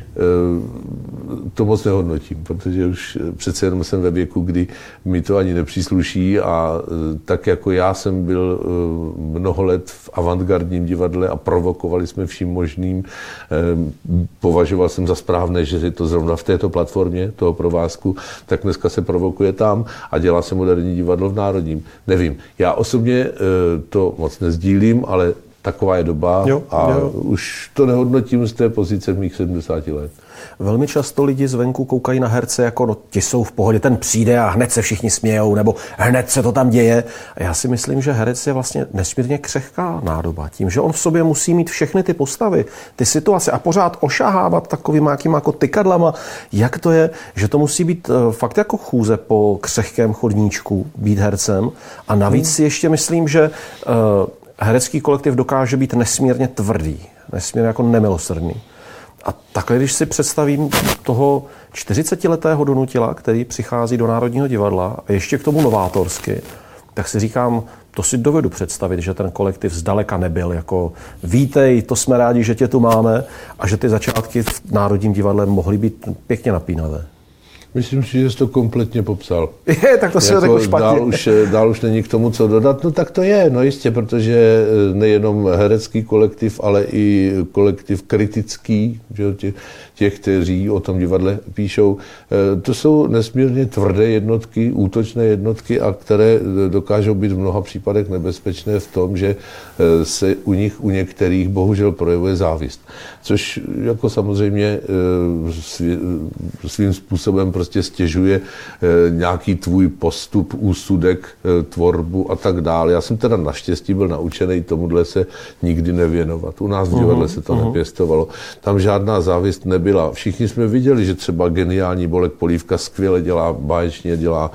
to moc nehodnotím, protože už přece jenom jsem ve věku, kdy mi to ani nepřísluší a tak jako já jsem byl mnoho let v avantgardním divadle a provokovali jsme vším možným. Považoval jsem za správné, že je to zrovna v této platformě toho provázku, tak dneska se provokuje tam a dělá se moderní divadlo v Národním. Nevím, já osobně to moc nezdílím, ale taková je doba a už to nehodnotím z té pozice mých 70 let. Velmi často lidi zvenku koukají na herce jako, no ti jsou v pohodě, ten přijde a hned se všichni smějou, nebo hned se to tam děje. A já si myslím, že herec je vlastně nesmírně křehká nádoba. Tím, že on v sobě musí mít všechny ty postavy, ty situace a pořád ošahávat takovýma jakýma jako tykadlama, jak to je, že to musí být fakt jako chůze po křehkém chodníčku být hercem. A navíc si ještě myslím, že herecký kolektiv dokáže být nesmírně tvrdý, nesmírně jako nemilosrdný. A takhle, když si představím toho 40letého Donutila, který přichází do Národního divadla a ještě k tomu novátorsky, tak si říkám, to si dovedu představit, že ten kolektiv zdaleka nebyl jako vítej, to jsme rádi, že tě tu máme, a že ty začátky v Národním divadle mohly být pěkně napínavé. Myslím si, že jsi to kompletně popsal. Tak to se řekl špatně. Dál už není k tomu, co dodat. No tak to je, no jistě, protože nejenom herecký kolektiv, ale i kolektiv kritický, že, těch, kteří o tom divadle píšou, to jsou nesmírně tvrdé jednotky, útočné jednotky, a které dokážou být v mnoha případech nebezpečné v tom, že se u některých bohužel projevuje závist. Což jako samozřejmě svým způsobem prostě stěžuje nějaký tvůj postup, úsudek, tvorbu a tak dále. Já jsem teda naštěstí byl naučený tomuhle se nikdy nevěnovat. U nás v divadle se to nepěstovalo. Tam žádná závist nebyla. Všichni jsme viděli, že třeba geniální Bolek Polívka skvěle dělá, báječně dělá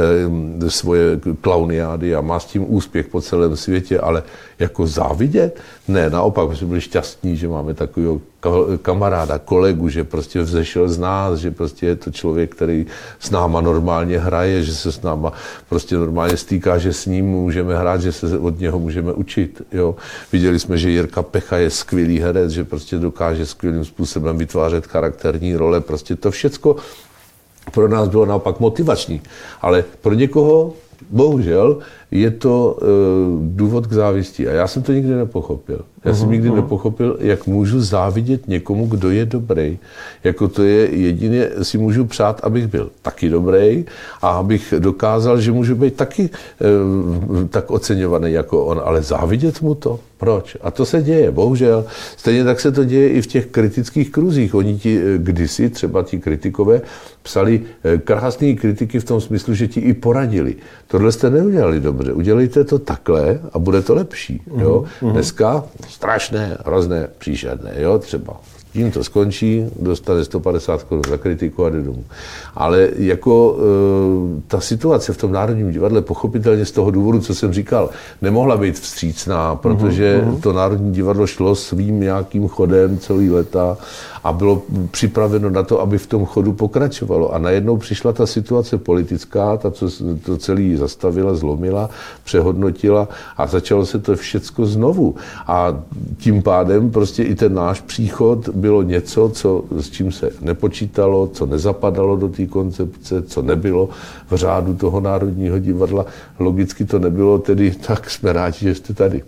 svoje klauniády a má s tím úspěch po celém světě, ale jako závidět? Ne, naopak, my jsme byli šťastní, že máme takového kamaráda, kolegu, že prostě vzešel z nás, že prostě je to člověk, který s náma normálně hraje, že se s náma prostě normálně stýká, že s ním můžeme hrát, že se od něho můžeme učit. Jo. Viděli jsme, že Jirka Pecha je skvělý herec, že prostě dokáže skvělým způsobem vytvářet charakterní role. Prostě to všecko pro nás bylo naopak motivační. Ale pro někoho, bohužel, je to důvod k závisti. A já jsem to nikdy nepochopil. Já jsem nikdy nepochopil, jak můžu závidět někomu, kdo je dobrý. Jako to je jedině, si můžu přát, abych byl taky dobrý a abych dokázal, že můžu být taky tak oceňovaný jako on. Ale závidět mu to? Proč? A to se děje, bohužel. Stejně tak se to děje i v těch kritických kruzích. Oni ti kdysi, třeba ti kritikové, psali krásné kritiky v tom smyslu, že ti i poradili. Tohle jste neudělali dobře. Udělejte to takhle a bude to lepší. Jo? Dneska strašné, hrozné, příšerné. Jo? Třeba tím to skončí, dostane 150 korun za kritiku a jde domů. Ale jako ta situace v tom Národním divadle pochopitelně z toho důvodu, co jsem říkal, nemohla být vstřícná, protože to Národní divadlo šlo svým nějakým chodem celý léta a bylo připraveno na to, aby v tom chodu pokračovalo. A najednou přišla ta situace politická, ta, co to celý zastavila, zlomila, přehodnotila a začalo se to všecko znovu. A tím pádem prostě i ten náš příchod bylo něco, s čím se nepočítalo, co nezapadalo do té koncepce, co nebylo v řádu toho Národního divadla. Logicky to nebylo, tedy tak jsme rádi, že jste tady.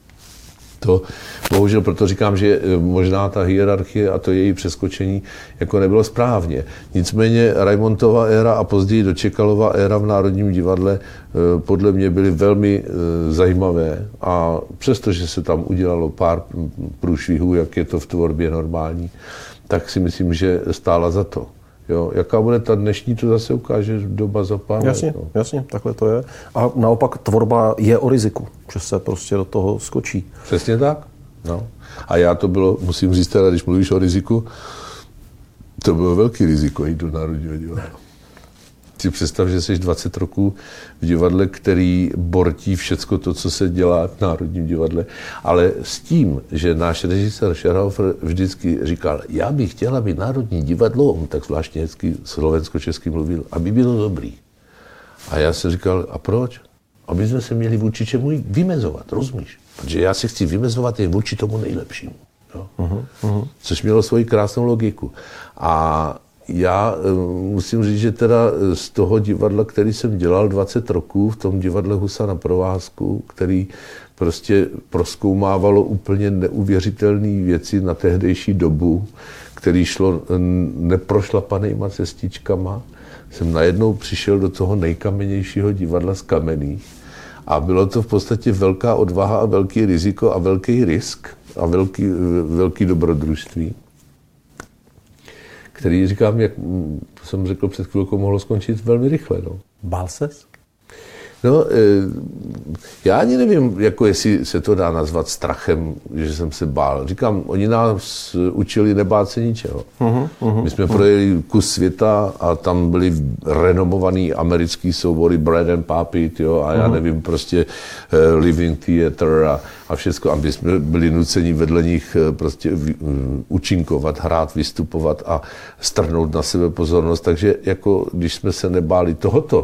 To bohužel proto říkám, že možná ta hierarchie a to její přeskočení jako nebylo správně. Nicméně Raimontova éra a později Dočekalova éra v Národním divadle podle mě byly velmi zajímavé a přestože se tam udělalo pár průšvihů, jak je to v tvorbě normální, tak si myslím, že stála za to. Jo, jaká bude ta dnešní, to zase ukáže doba za pár let. Jasně, takhle to je. A naopak tvorba je o riziku, že se prostě do toho skočí. Přesně tak. No. A já to bylo, musím říct teda, když mluvíš o riziku, to bylo velký riziko jít do Národního divadla. Si představ, že jsi 20 roků v divadle, který bortí všecko to, co se dělá v Národním divadle, ale s tím, že náš režisér Scherhofer vždycky říkal, já bych chtěl, aby Národní divadlo, on tak zvláštně hezky slovensko-česky mluvil, aby bylo dobrý. A já jsem říkal, a proč? Aby jsme se měli vůči čemu vymezovat, rozumíš? Protože já se chci vymezovat jen vůči tomu nejlepšímu. Jo? Což mělo svoji krásnou logiku. A já musím říct, že teda z toho divadla, který jsem dělal 20 roků, v tom divadle Husa na provázku, který prostě prozkoumávalo úplně neuvěřitelné věci na tehdejší dobu, který šlo neprošlapanýma cestičkama, jsem najednou přišel do toho nejkamennějšího divadla z kamenných. A bylo to v podstatě velká odvaha a velký riziko a velký risk a velký dobrodružství, který, říkám, jak jsem řekl před chvilkou, mohlo skončit velmi rychle. No. Bál ses? No, já ani nevím, jako jestli se to dá nazvat strachem, že jsem se bál. Říkám, oni nás učili nebát se ničeho. My jsme projeli kus světa a tam byly renomovaný americký soubory Bread and Puppet, jo, a já nevím, prostě Living Theatre a všechno. A my jsme byli nuceni vedle nich prostě účinkovat, hrát, vystupovat a strhnout na sebe pozornost. Takže jako, když jsme se nebáli tohoto,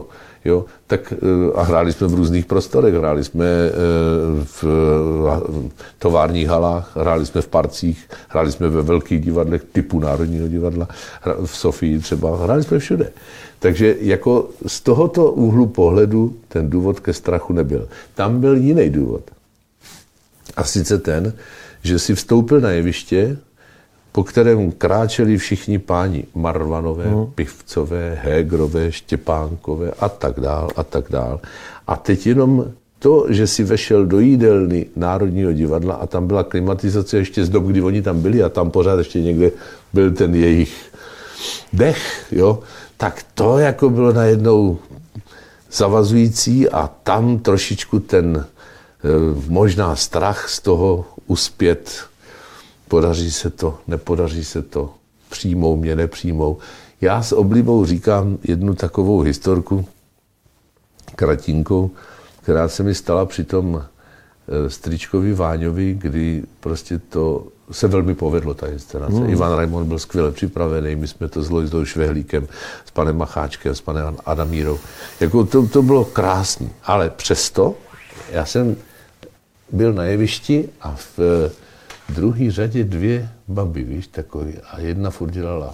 Jo, tak a hráli jsme v různých prostorech, hráli jsme v továrních halách, hráli jsme v parcích, hráli jsme ve velkých divadlech typu Národního divadla, v Sofii třeba, hráli jsme všude. Takže jako z tohoto úhlu pohledu ten důvod ke strachu nebyl. Tam byl jiný důvod. A sice ten, že si vstoupil na jeviště, po kterém kráčeli všichni páni Marvanové, Pivcové, Hégrové, Štěpánkové a tak dál a tak dál. A teď jenom to, že si vešel do jídelny Národního divadla a tam byla klimatizace ještě z dob, kdy oni tam byli a tam pořád ještě někde byl ten jejich dech, jo, tak to jako bylo najednou zavazující a tam trošičku ten možná strach z toho uspět, podaří se to, nepodaří se to, přijmou mě, nepřijmou. Já s oblibou říkám jednu takovou historku, kratinkou, která se mi stala při tom Strýčkovi Váňovi, kdy prostě to se velmi povedlo, ta inscenace. Ivan Raimond byl skvěle připravený, my jsme to s Lojzou Švehlíkem, s panem Macháčkem, s panem Adamírou. Jako to bylo krásný, ale přesto já jsem byl na jevišti a v druhé řadě 2 baby, víš, takový, a jedna furt dělala.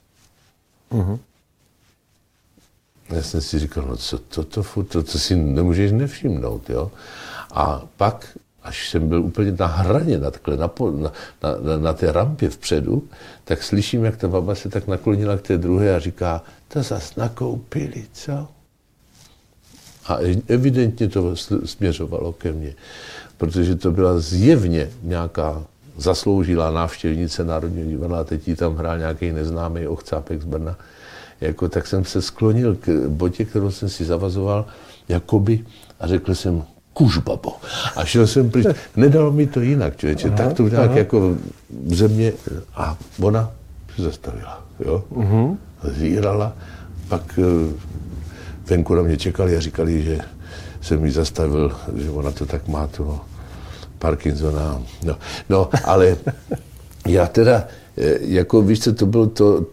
Já jsem si říkal, no co to furt, to si nemůžeš nevšimnout, jo. A pak, až jsem byl úplně na hraně, na té rampě vpředu, tak slyším, jak ta baba se tak naklonila k té druhé a říká, to zas nakoupili, co? A evidentně to směřovalo ke mně, protože to byla zjevně nějaká zasloužilá návštěvnice Národního divadla a teď jí tam hrál nějaký neznámý ochcápek z Brna. Jako, tak jsem se sklonil k botě, kterou jsem si zavazoval, jakoby, a řekl jsem, kuž, babo. A šel jsem pryč. Nedalo mi to jinak, člověče. Tak to nějak jako v země. A ona se zastavila. Jo? Zírala. Pak venku na mě čekali a říkali, že jsem ji zastavil, že ona to tak má, toho Parkinsona. No, ale já teda, jako víš co, to bylo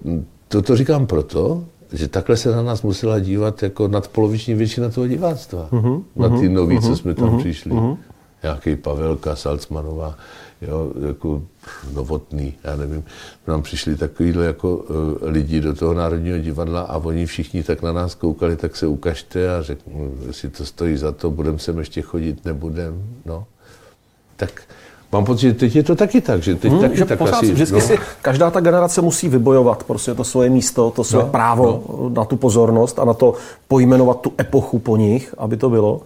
to říkám proto, že takhle se na nás musela dívat jako nadpoloviční většina toho diváctva. Na ty nový, co jsme tam přišli. Nějaký Pavelka, Salcmanová, jo, jako Novotný, já nevím. Nám přišli takovýhle jako lidi do toho Národního divadla a oni všichni tak na nás koukali, tak se ukažte a řeknu, jestli to stojí za to, budem sem ještě chodit, nebudem, no. Tak mám pocit, že teď je to taky tak, že teď taky tak asi... Vždycky si každá ta generace musí vybojovat prostě to svoje místo, to svoje právo na tu pozornost a na to pojmenovat tu epochu po nich, aby to bylo.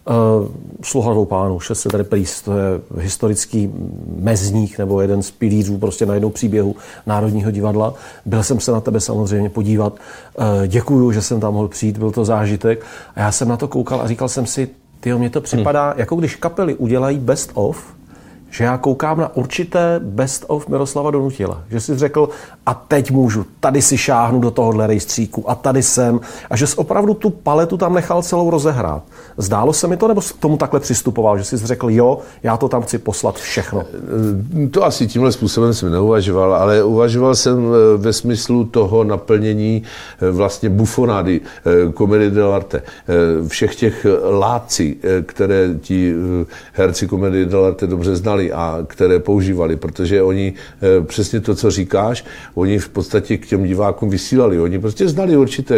Sluha 2 pánů, 600 repríz, to je historický mezník nebo jeden z pilířů prostě na jednou příběhu Národního divadla. Byl jsem se na tebe samozřejmě podívat. Děkuju, že jsem tam mohl přijít, byl to zážitek. A já jsem na to koukal a říkal jsem si, tyjo, mně to připadá, jako když kapely udělají best of, že já koukám na určité best of Miroslava Donutila. Že jsi řekl, a teď můžu, tady si šáhnu do tohohle rejstříku a tady jsem. A že jsi opravdu tu paletu tam nechal celou rozehrát. Zdálo se mi to, nebo jsi k tomu takhle přistupoval? Že jsi řekl, jo, já to tam chci poslat všechno. To asi tímhle způsobem jsem neuvažoval, ale uvažoval jsem ve smyslu toho naplnění vlastně bufonády, komedie dell'arte, všech těch lácí, které ti herci komedie dell'arte dobře znali a které používali, protože oni přesně to, co říkáš, oni v podstatě k těm divákům vysílali. Oni prostě znali určité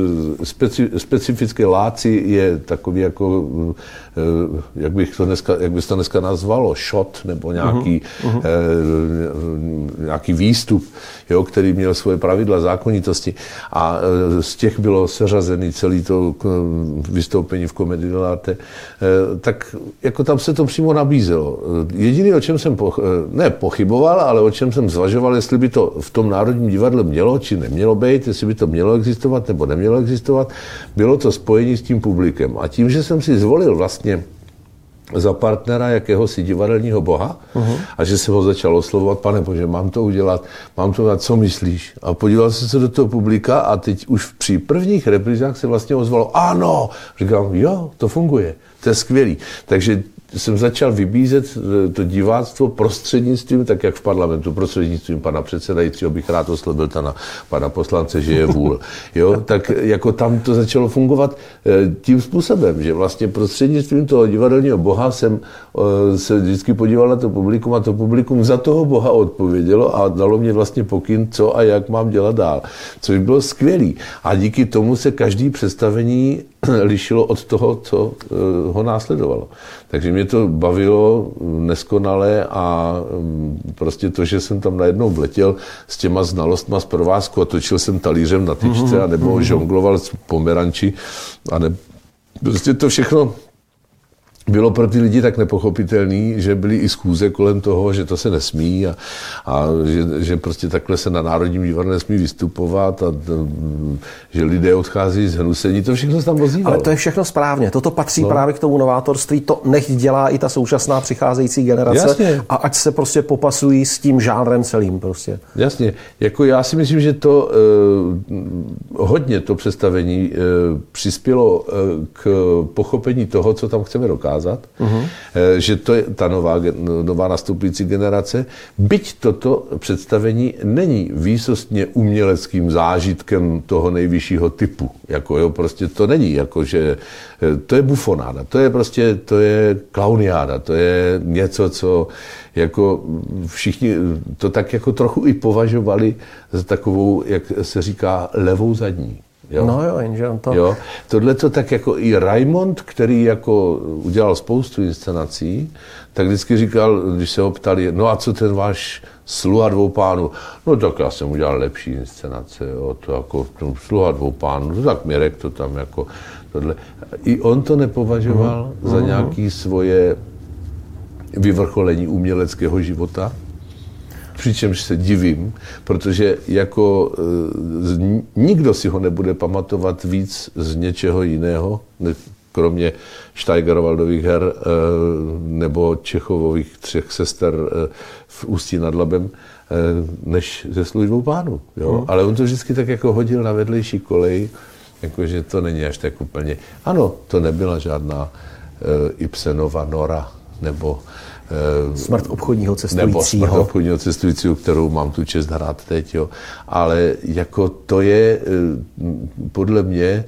specifické láci, je takový jako, jak bys to dneska nazvalo, shot nebo nějaký výstup, jo, který měl svoje pravidla, zákonitosti a z těch bylo seřazený celý to vystoupení v komedii dell'arte, tak jako tam se to přímo nabízelo. Jediný, o čem jsem pochyboval, ale o čem jsem zvažoval, jestli by to v tom Národním divadle mělo či nemělo být, jestli by to mělo existovat nebo nemělo existovat, bylo to spojení s tím publikem. A tím, že jsem si zvolil vlastně za partnera jakéhosi divadelního boha a že se ho začal oslovovat, pane bože, mám to udělat, co myslíš? A podíval jsem se do toho publika a teď už při prvních reprízách se vlastně ozvalo, ano, říkám, jo, to funguje, to je skvělý. Takže jsem začal vybízet to diváctvo prostřednictvím, tak jak v parlamentu, prostřednictvím pana předsedajícího, bych rád oslovil pana poslance, že je vůl. Jo? Tak jako tam to začalo fungovat tím způsobem, že vlastně prostřednictvím toho divadelního boha jsem se vždycky podíval na to publikum a to publikum za toho boha odpovědělo a dalo mě vlastně pokyn, co a jak mám dělat dál. Což bylo skvělý. A díky tomu se každý představení lišilo od toho, co ho následovalo. Takže mě to bavilo neskonale a prostě to, že jsem tam najednou vletěl s těma znalostma z provázku a točil jsem talířem na tyčce a nebo žongloval s pomeranči a prostě to všechno bylo pro ty lidi tak nepochopitelný, že byly i schůze kolem toho, že to se nesmí a že prostě takhle se na Národním divadle nesmí vystupovat a že lidé odchází z hnusení. To všechno se tam ozývalo. Ale to je všechno správně. Toto patří právě k tomu novátorství. To nechť dělá i ta současná přicházející generace. Jasně. A ať se prostě popasují s tím žánrem celým prostě. Jasně. Jako já si myslím, že to hodně to představení přispělo k pochopení toho, co tam chceme dokázat. Že to je ta nová nastupující generace. Byť toto představení není výsostně uměleckým zážitkem toho nejvyššího typu. Jako, jo, prostě to není, jako, že to je bufonáda, to je klauniáda, to je něco, co jako všichni to tak jako trochu i považovali za takovou, jak se říká, levou zadní. Jo? No jo, jenže on to... Jo, tohle to tak jako i Raimond, který jako udělal spoustu inscenací, tak vždycky říkal, když se ho ptali, no a co ten váš Sluha dvou pánů? No tak já jsem udělal lepší inscenace, jo, to jako Sluha dvou pánů, tak Mirek to tam jako tohle. I on to nepovažoval za nějaký svoje vyvrcholení uměleckého života. Přičemž se divím, protože jako nikdo si ho nebude pamatovat víc z něčeho jiného, kromě Steigerwaldových her nebo Čechovových třech sester v Ústí nad Labem, než ze Sluhy dvou pánů. Jo? Ale on to vždycky tak jako hodil na vedlejší kolej, jakože to není až tak úplně. Ano, to nebyla žádná Ibsenova Nora nebo Smrt obchodního cestujícího. Nebo Smrt obchodního cestujícího, kterou mám tu čest hrát teď, jo. Ale jako to je podle mě,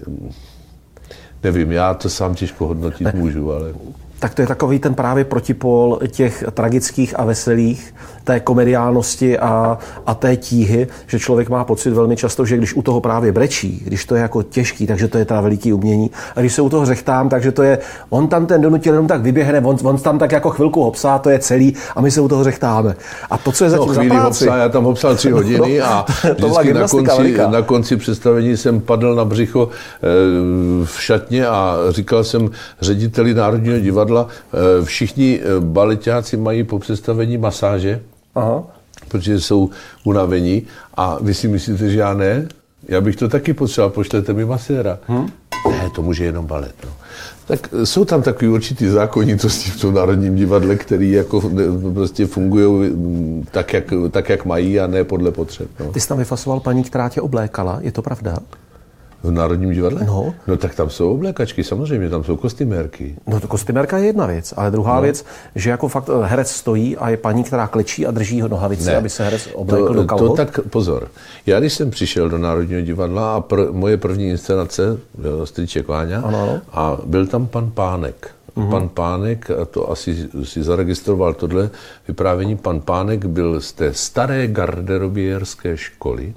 nevím, já to sám těžko hodnotit můžu, ale... Tak to je takový ten právě protipol těch tragických a veselých, té komediálnosti a té tíhy, že člověk má pocit velmi často, že když u toho právě brečí, když to je jako těžký, takže to je teda veliký umění, a když se u toho řechtám, takže to je, on tam ten donutil jenom tak vyběhne, on tam tak jako chvilku hopsá, to je celý a my se u toho řechtáme. A to, co je zatím za práci... Já tam hopsal 3 hodiny a vždycky na konci představení jsem padl na břicho v šatně a říkal jsem řediteli Národního divadla, všichni baleťáci mají po představení masáže, protože jsou unavení a vy si myslíte, že já ne? Já bych to taky potřeboval, pošlete mi maséra. Ne, to může jenom balet. No. Tak jsou tam takový určitý zákonitosti v tom Národním divadle, který jako prostě fungují tak, jak mají a ne podle potřeb. No. Ty jsi tam vyfasoval paní, která tě oblékala, je to pravda? V Národním divadle? No. No tak tam jsou oblékačky, samozřejmě, tam jsou kostymérky. No to kostymérka je jedna věc, ale druhá věc, že jako fakt herec stojí a je paní, která klečí a drží ho nohavici, aby se herec oblékl do kalhot. To tak pozor. Já když jsem přišel do Národního divadla a moje první inscenace, Strýček Váňa, a byl tam pan Pánek. Pan Pánek, a to asi si zaregistroval tohle vyprávění, pan Pánek byl z té staré garderobierské školy.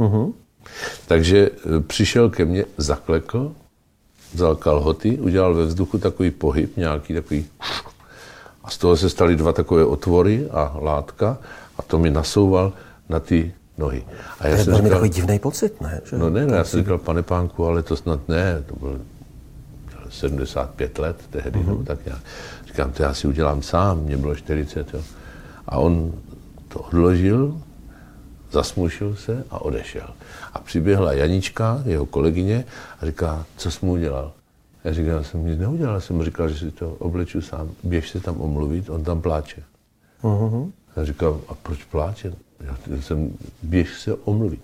Takže přišel ke mně, zaklekl, vzal kalhoty, udělal ve vzduchu takový pohyb, nějaký takový, a z toho se staly 2 takové otvory a látka a to mi nasouval na ty nohy. A já to byl takový divný pocit, ne? Že? No ne, já jsem říkal, pane Pánku, ale to snad ne, to byl 75 let tehdy, nebo tak nějak. Říkám, to já si udělám sám, mě bylo 40, jo. A on to odložil, zasmušil se a odešel. A přiběhla Janička, jeho kolegyně, a říká, co jsi mu udělal? Já říkám, já jsem nic neudělal, jsem mu říkal, že si to obleču sám, běž se tam omluvit, on tam pláče. Já říkám, a proč pláče? Běž se omluvit.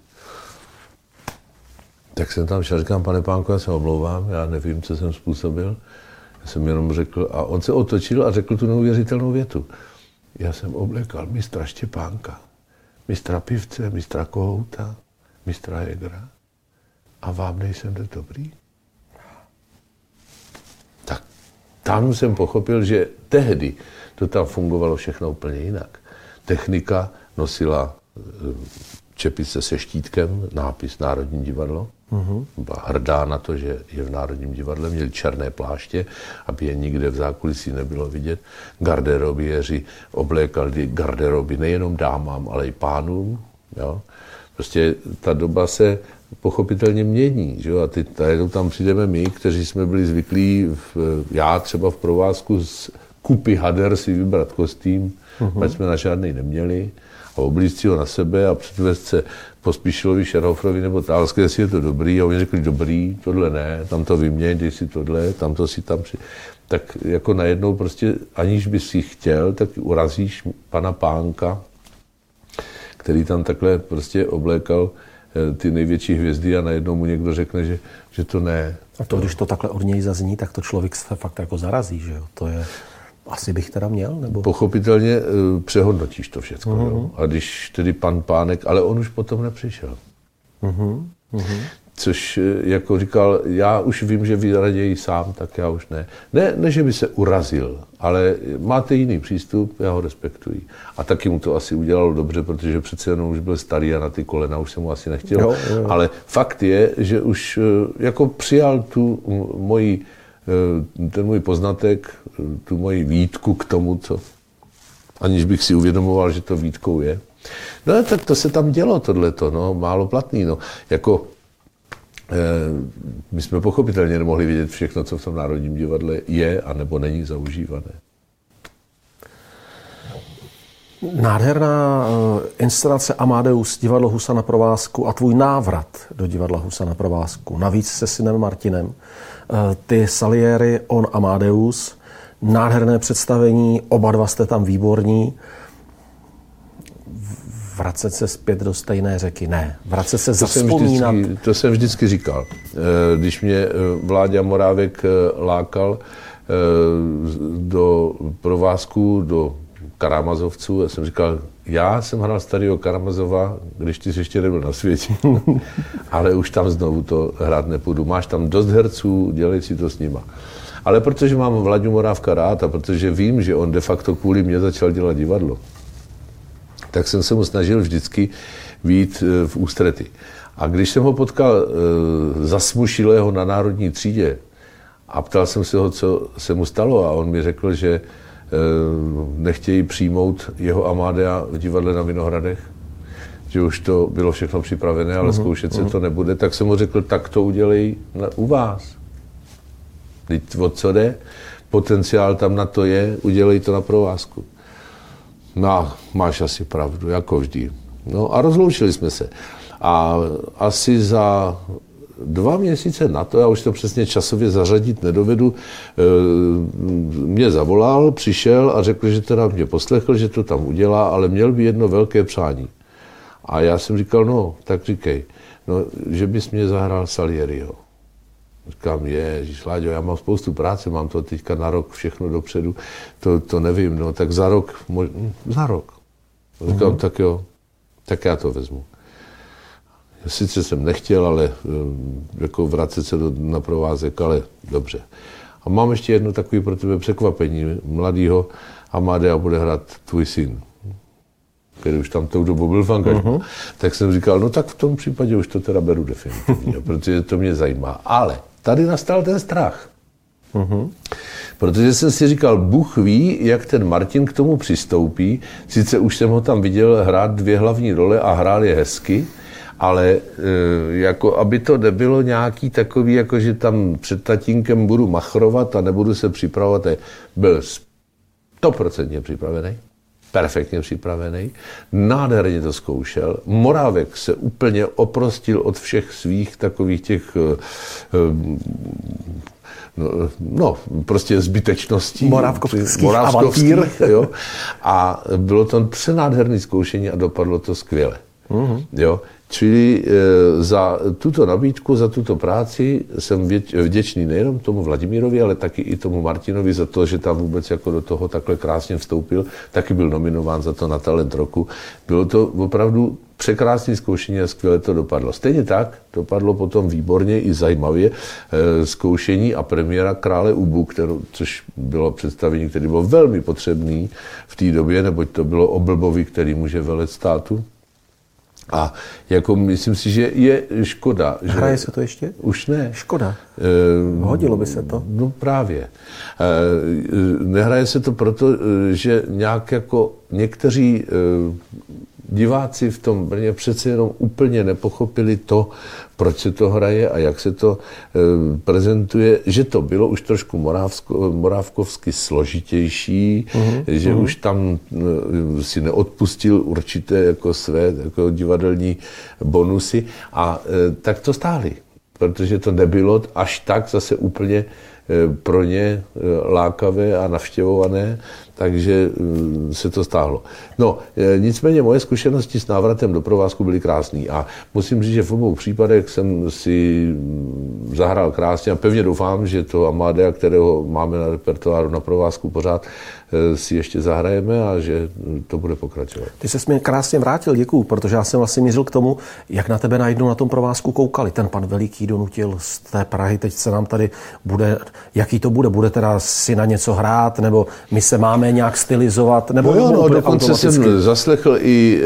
Tak jsem tam šel, říkám, pane Pánku, já se omlouvám, já nevím, co jsem způsobil. Já jsem jenom řekl, a on se otočil a řekl tu neuvěřitelnou větu. Já jsem oblékal mistra Štěpánka, mistra Pivce, mistra Kohouta, mistra Hegera a vám nejsem to dobrý? Tak tam jsem pochopil, že tehdy to tam fungovalo všechno úplně jinak. Technika nosila čepice se štítkem, nápis Národní divadlo. Byla hrdá na to, že je v Národním divadle, měli černé pláště, aby je nikde v zákulisí nebylo vidět. Garderobiéři oblékali garderoby nejenom dámám, ale i pánům. Jo. Prostě ta doba se pochopitelně mění. Že? A najednou tam přijdeme my, kteří jsme byli zvyklí, já třeba v provázku z kupy hader si vybrat kostým, ať jsme na žádnej neměli, a oblíct si ho na sebe a předvést se Pospíšilovi, Šerhofrovi nebo Tálské, jestli je to dobrý. A oni řekli, dobrý, tohle ne, tam to vyměň, dej si tohle, tam to si tam tak jako najednou prostě, aniž bys si chtěl, tak urazíš pana Pánka, který tam takhle prostě oblékal ty největší hvězdy a najednou mu někdo řekne, že to ne. A to, když to takhle od něj zazní, tak to člověk se fakt jako zarazí, že jo? To je... Asi bych teda měl, nebo? Pochopitelně přehodnotíš to všechno. Jo? A když tedy pan Pánek, ale on už potom nepřišel. Což, jako říkal, já už vím, že vy raději sám, tak já už ne. Ne, že by se urazil, ale máte jiný přístup, já ho respektuji. A taky mu to asi udělalo dobře, protože přece jenom už byl starý a na ty kolena už se mu asi nechtěl. Jo. Ale fakt je, že už jako přijal tu ten můj poznatek, tu moji výtku k tomu, co, aniž bych si uvědomoval, že to výtkou je. No tak to se tam dělo, tohleto, no, málo platný, no. Jako, my jsme pochopitelně nemohli vidět všechno, co v tom Národním divadle je, anebo není zaužívané. Nádherná inscenace Amadeus, divadlo Husa na provázku a tvůj návrat do divadla Husa na provázku, navíc se synem Martinem. Ty Salieri, on Amadeus, nádherné představení, oba dva jste tam výborní. Vracet se zpět do stejné řeky, ne. Vracet se zavzpomínat. To jsem vždycky říkal. Když mě Vláďa Morávek lákal do provázku, do Karamazovců, já jsem říkal, já jsem hrál starého Karamazova, když ty jsi ještě nebyl na světě, ale už tam znovu to hrát nepůjdu. Máš tam dost herců, dělej si to s nima. Ale protože mám Vlaďu Morávka rád a protože vím, že on de facto kvůli mě začal dělat divadlo, tak jsem se mu snažil vždycky vyjít v ústrety. A když jsem ho potkal zasmušilého na Národní třídě a ptal jsem se ho, co se mu stalo, a on mi řekl, že nechtějí přijmout jeho Amadea v divadle na Vinohradech, že už to bylo všechno připravené, ale zkoušet se to nebude, tak jsem mu řekl, tak to udělej u vás. Teď o co jde? Potenciál tam na to je, udělej to na provázku. No, máš asi pravdu, jako vždy. No a rozloučili jsme se. A asi za 2 měsíce na to, já už to přesně časově zařadit nedovedu, mě zavolal, přišel a řekl, že teda mě poslechl, že to tam udělá, ale měl by jedno velké přání. A já jsem říkal, no, tak říkej, no, že bys mě zahrál Salieriho. Říkám, ježiš, Láďo, já mám spoustu práce, mám to teďka na rok všechno dopředu, to nevím, no, tak za rok. Říkám, tak jo, tak já to vezmu. Sice jsem nechtěl, ale jako vracet se na provázek, ale dobře. A mám ještě jedno takové pro tebe překvapení. Mladýho Amadea bude hrát tvůj syn, který už tam tou dobu byl v angažmá. Tak jsem říkal, no tak v tom případě už to teda beru definitivně, protože to mě zajímá. Ale tady nastal ten strach. Protože jsem si říkal, Bůh ví, jak ten Martin k tomu přistoupí. Sice už jsem ho tam viděl hrát 2 hlavní role a hrál je hezky, ale jako aby to nebylo nějaký takový, jako že tam před tatínkem budu machrovat a nebudu se připravovat. Byl 100% připravený, perfektně připravený, nádherně to zkoušel. Morávek se úplně oprostil od všech svých takových těch no, prostě zbytečností. Morávkovských avantýr. Jo. A bylo to přenádherné zkoušení a dopadlo to skvěle. Jo. Čili za tuto nabídku, za tuto práci jsem vděčný nejenom tomu Vladimírovi, ale taky i tomu Martinovi za to, že tam vůbec jako do toho takhle krásně vstoupil. Taky byl nominován za to na Talent roku. Bylo to opravdu překrásné zkoušení a skvěle to dopadlo. Stejně tak dopadlo potom výborně i zajímavě zkoušení a premiéra Krále Ubu, což bylo představení, které bylo velmi potřebné v té době, neboť to bylo o blbovi, který může velet státu. A jako myslím si, že je škoda. Hraje se to ještě? Už ne. Škoda. Hodilo by se to? No právě. Nehraje se to proto, že nějak jako někteří diváci v tom Brně přece jenom úplně nepochopili to, proč se to hraje a jak se to prezentuje, že to bylo už trošku morávkovsky složitější, že už tam si neodpustil určité jako své jako divadelní bonusy a tak to stáli, protože to nebylo až tak zase úplně pro ně lákavé a navštěvované, takže se to stáhlo. No, nicméně moje zkušenosti s návratem do provázku byly krásný a musím říct, že v obou případech jsem si zahrál krásně a pevně doufám, že to Amadea, kterého máme na repertoáru na provázku pořád, si ještě zahrajeme a že to bude pokračovat. Ty ses mi krásně vrátil, děkuju, protože já jsem vlastně mířil k tomu, jak na tebe najednou na tom provázku koukali. Ten pan Veliký donutil z té Prahy, teď se nám tady bude, jaký to bude? Bude teda si na něco hrát, nebo my se máme nějak stylizovat? Nebo no, dokonce jsem zaslechl i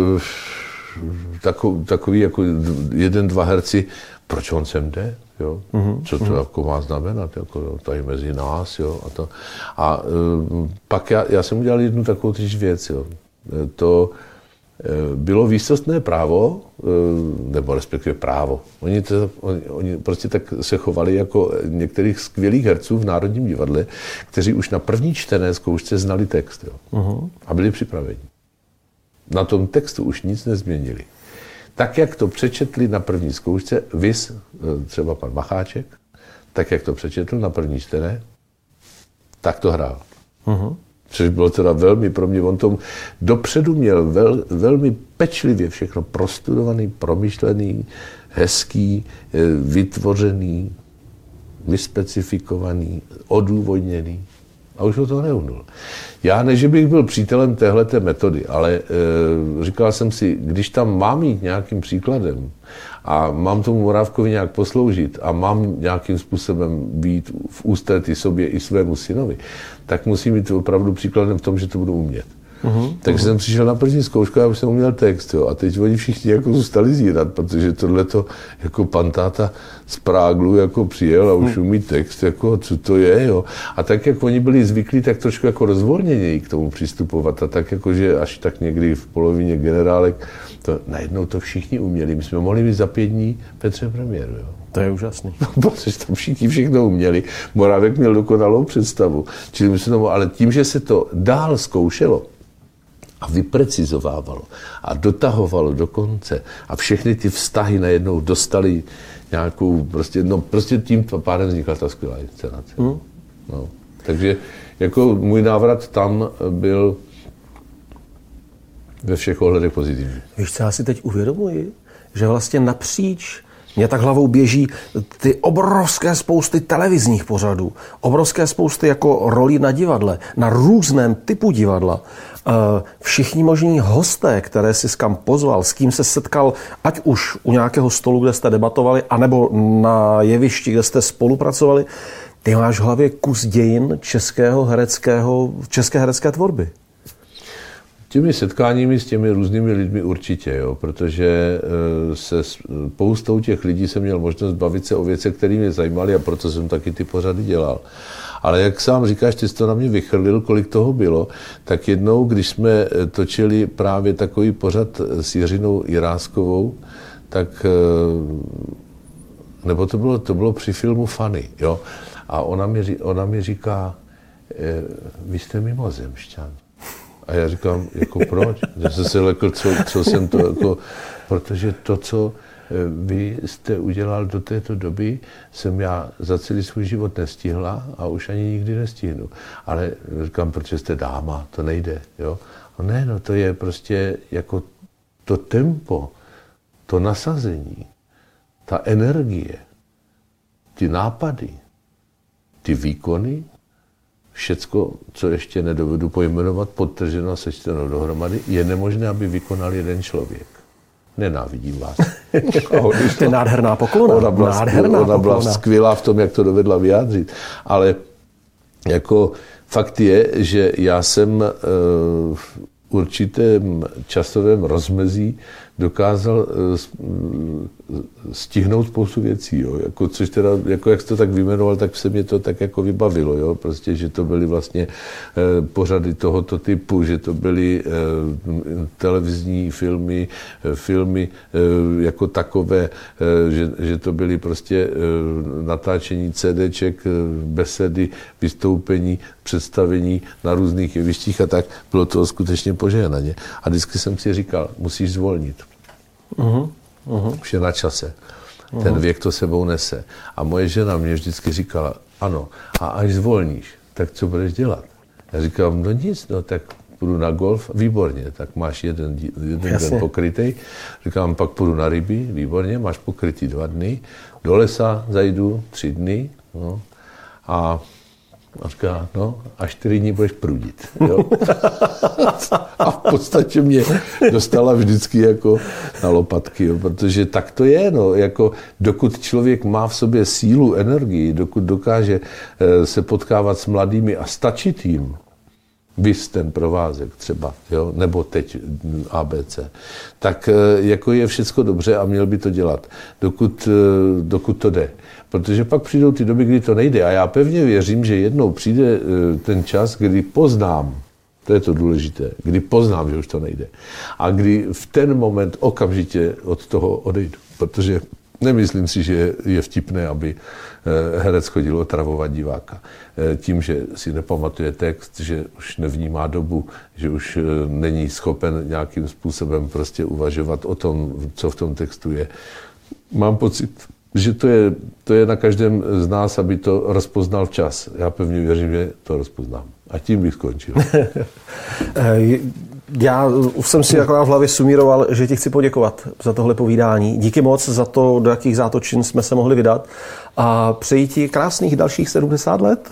takový jako 1-2 herci, proč on sem jde? Jo? Co to jako má znamenat jako tady mezi nás, jo? A pak já jsem udělal jednu takovou věc, jo? To bylo výsostné právo, nebo respektive právo. Oni prostě tak se chovali jako některých skvělých herců v Národním divadle, kteří už na první čtené zkoušce znali text, jo? A byli připraveni. Na tom textu už nic nezměnili. Tak, jak to přečetli na první zkoušce, viz třeba pan Macháček, tak, jak to přečetl na první čtené, tak to hrál. Což bylo teda velmi pro mě, on tom dopředu měl velmi pečlivě všechno prostudovaný, promyšlený, hezký, vytvořený, vyspecifikovaný, odůvodněný. A už ho to neuhnul. Já ne, že bych byl přítelem téhleté metody, ale říkal jsem si, když tam mám jít nějakým příkladem a mám tomu Morávkovi nějak posloužit a mám nějakým způsobem být v ústretí sobě i svému synovi, tak musím být opravdu příkladem v tom, že to budu umět. Takže jsem přišel na první zkoušku a už jsem uměl text. Jo. A teď oni všichni jako zůstali zírat, protože tohleto jako pan táta z Práglu jako přijel a už umí text, jako co to je. Jo. A tak, jak oni byli zvyklí, tak trošku jako rozvolněněji k tomu přistupovat. A tak jako, že až tak někdy v polovině generálek, to najednou to všichni uměli. My jsme mohli mít za 5 dní Petře premiéru. Jo. To je úžasný. Protože tam všichni všechno uměli. Morávek měl dokonalou představu. Čili my se tomu, ale tím, že se to dál zkoušelo, a vyprecizovávalo a dotahovalo do konce a všechny ty vztahy najednou dostali nějakou, prostě tím pádem vznikla ta skvělá inscenace. No. Takže jako můj návrat tam byl ve všech ohledech pozitivní. Víš, co já si teď uvědomuji? Že vlastně napříč mě tak hlavou běží ty obrovské spousty televizních pořadů, obrovské spousty jako rolí na divadle, na různém typu divadla. Všichni možní hosté, které si kam pozval, s kým se setkal, ať už u nějakého stolu, kde jste debatovali, anebo na jevišti, kde jste spolupracovali, ty máš v hlavě kus dějin české herecké tvorby. Těmi setkáními s těmi různými lidmi určitě, jo, protože se spoustou těch lidí jsem měl možnost bavit se o věcech, které mě zajímaly a proto jsem taky ty pořady dělal. Ale jak sám říkáš, ty jsi to na mě vychrlil, kolik toho bylo, tak jednou, když jsme točili právě takový pořad s Jiřinou Jiráskovou, tak, nebo to bylo při filmu Fanny, jo, a ona mi říká, vy jste mimozemšťan. A já říkám, jako proč? Já jsem se lekl, co jsem to, jako, protože to, co vy jste udělal do této doby, jsem já za celý svůj život nestihla a už ani nikdy nestihnu. Ale říkám, protože jste dáma, to nejde, jo? No ne, no to je prostě jako to tempo to nasazení, ta energie, ty nápady, ty výkony, všecko, co ještě nedovedu pojmenovat, podtrženo a sečteno dohromady, je nemožné, aby vykonal jeden člověk. Nenávidím vás. To je nádherná poklona. Ona byla skvělá v tom, jak to dovedla vyjádřit. Ale jako fakt je, že já jsem v určitém časovém rozmezí dokázal stihnout spoustu věcí, jo. Jako, což teda, jako jak jsi to tak vyjmenoval, tak se mě to tak jako vybavilo, jo. Prostě, že to byly vlastně pořady tohoto typu, že to byly televizní filmy jako takové, že to byly prostě natáčení CDček, besedy, vystoupení, představení na různých jevištích a tak. Bylo to skutečně požehnaně. A vždycky jsem si říkal, musíš zvolnit. Už je na čase. Ten věk to sebou nese. A moje žena mě vždycky říkala, ano, a až zvolníš, tak co budeš dělat? Já říkám, no nic, no tak půjdu na golf, výborně, tak máš jeden den pokrytej. Říkám, pak půjdu na ryby, výborně, máš pokrytý 2 dny. Do lesa zajdu 3 dny, no, a říká, no, a 4 dní budeš prudit. Jo? A v podstatě mě dostala vždycky jako na lopatky, jo? Protože tak to je, no, jako dokud člověk má v sobě sílu, energii, dokud dokáže se potkávat s mladými a stačit jim, vys ten provázek třeba, jo? Nebo teď ABC, tak jako je všecko dobře a měl by to dělat, dokud to jde. Protože pak přijdou ty doby, kdy to nejde. A já pevně věřím, že jednou přijde ten čas, kdy poznám, to je to důležité, kdy poznám, že už to nejde. A kdy v ten moment okamžitě od toho odejdu. Protože nemyslím si, že je vtipné, aby herec chodil otravovat diváka. Tím, že si nepamatuje text, že už nevnímá dobu, že už není schopen nějakým způsobem prostě uvažovat o tom, co v tom textu je. Mám pocit, že to je na každém z nás, aby to rozpoznal včas. Já pevně věřím, že to rozpoznám. A tím bych skončil. Já už jsem si akorát v hlavě sumíroval, že ti chci poděkovat za tohle povídání. Díky moc za to, do jakých zátočin jsme se mohli vydat. A přeji ti krásných dalších 70 let.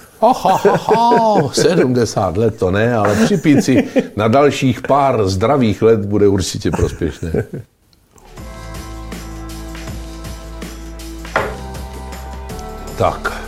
70 let to ne, ale připít si na dalších pár zdravých let bude určitě prospěšné. Tak.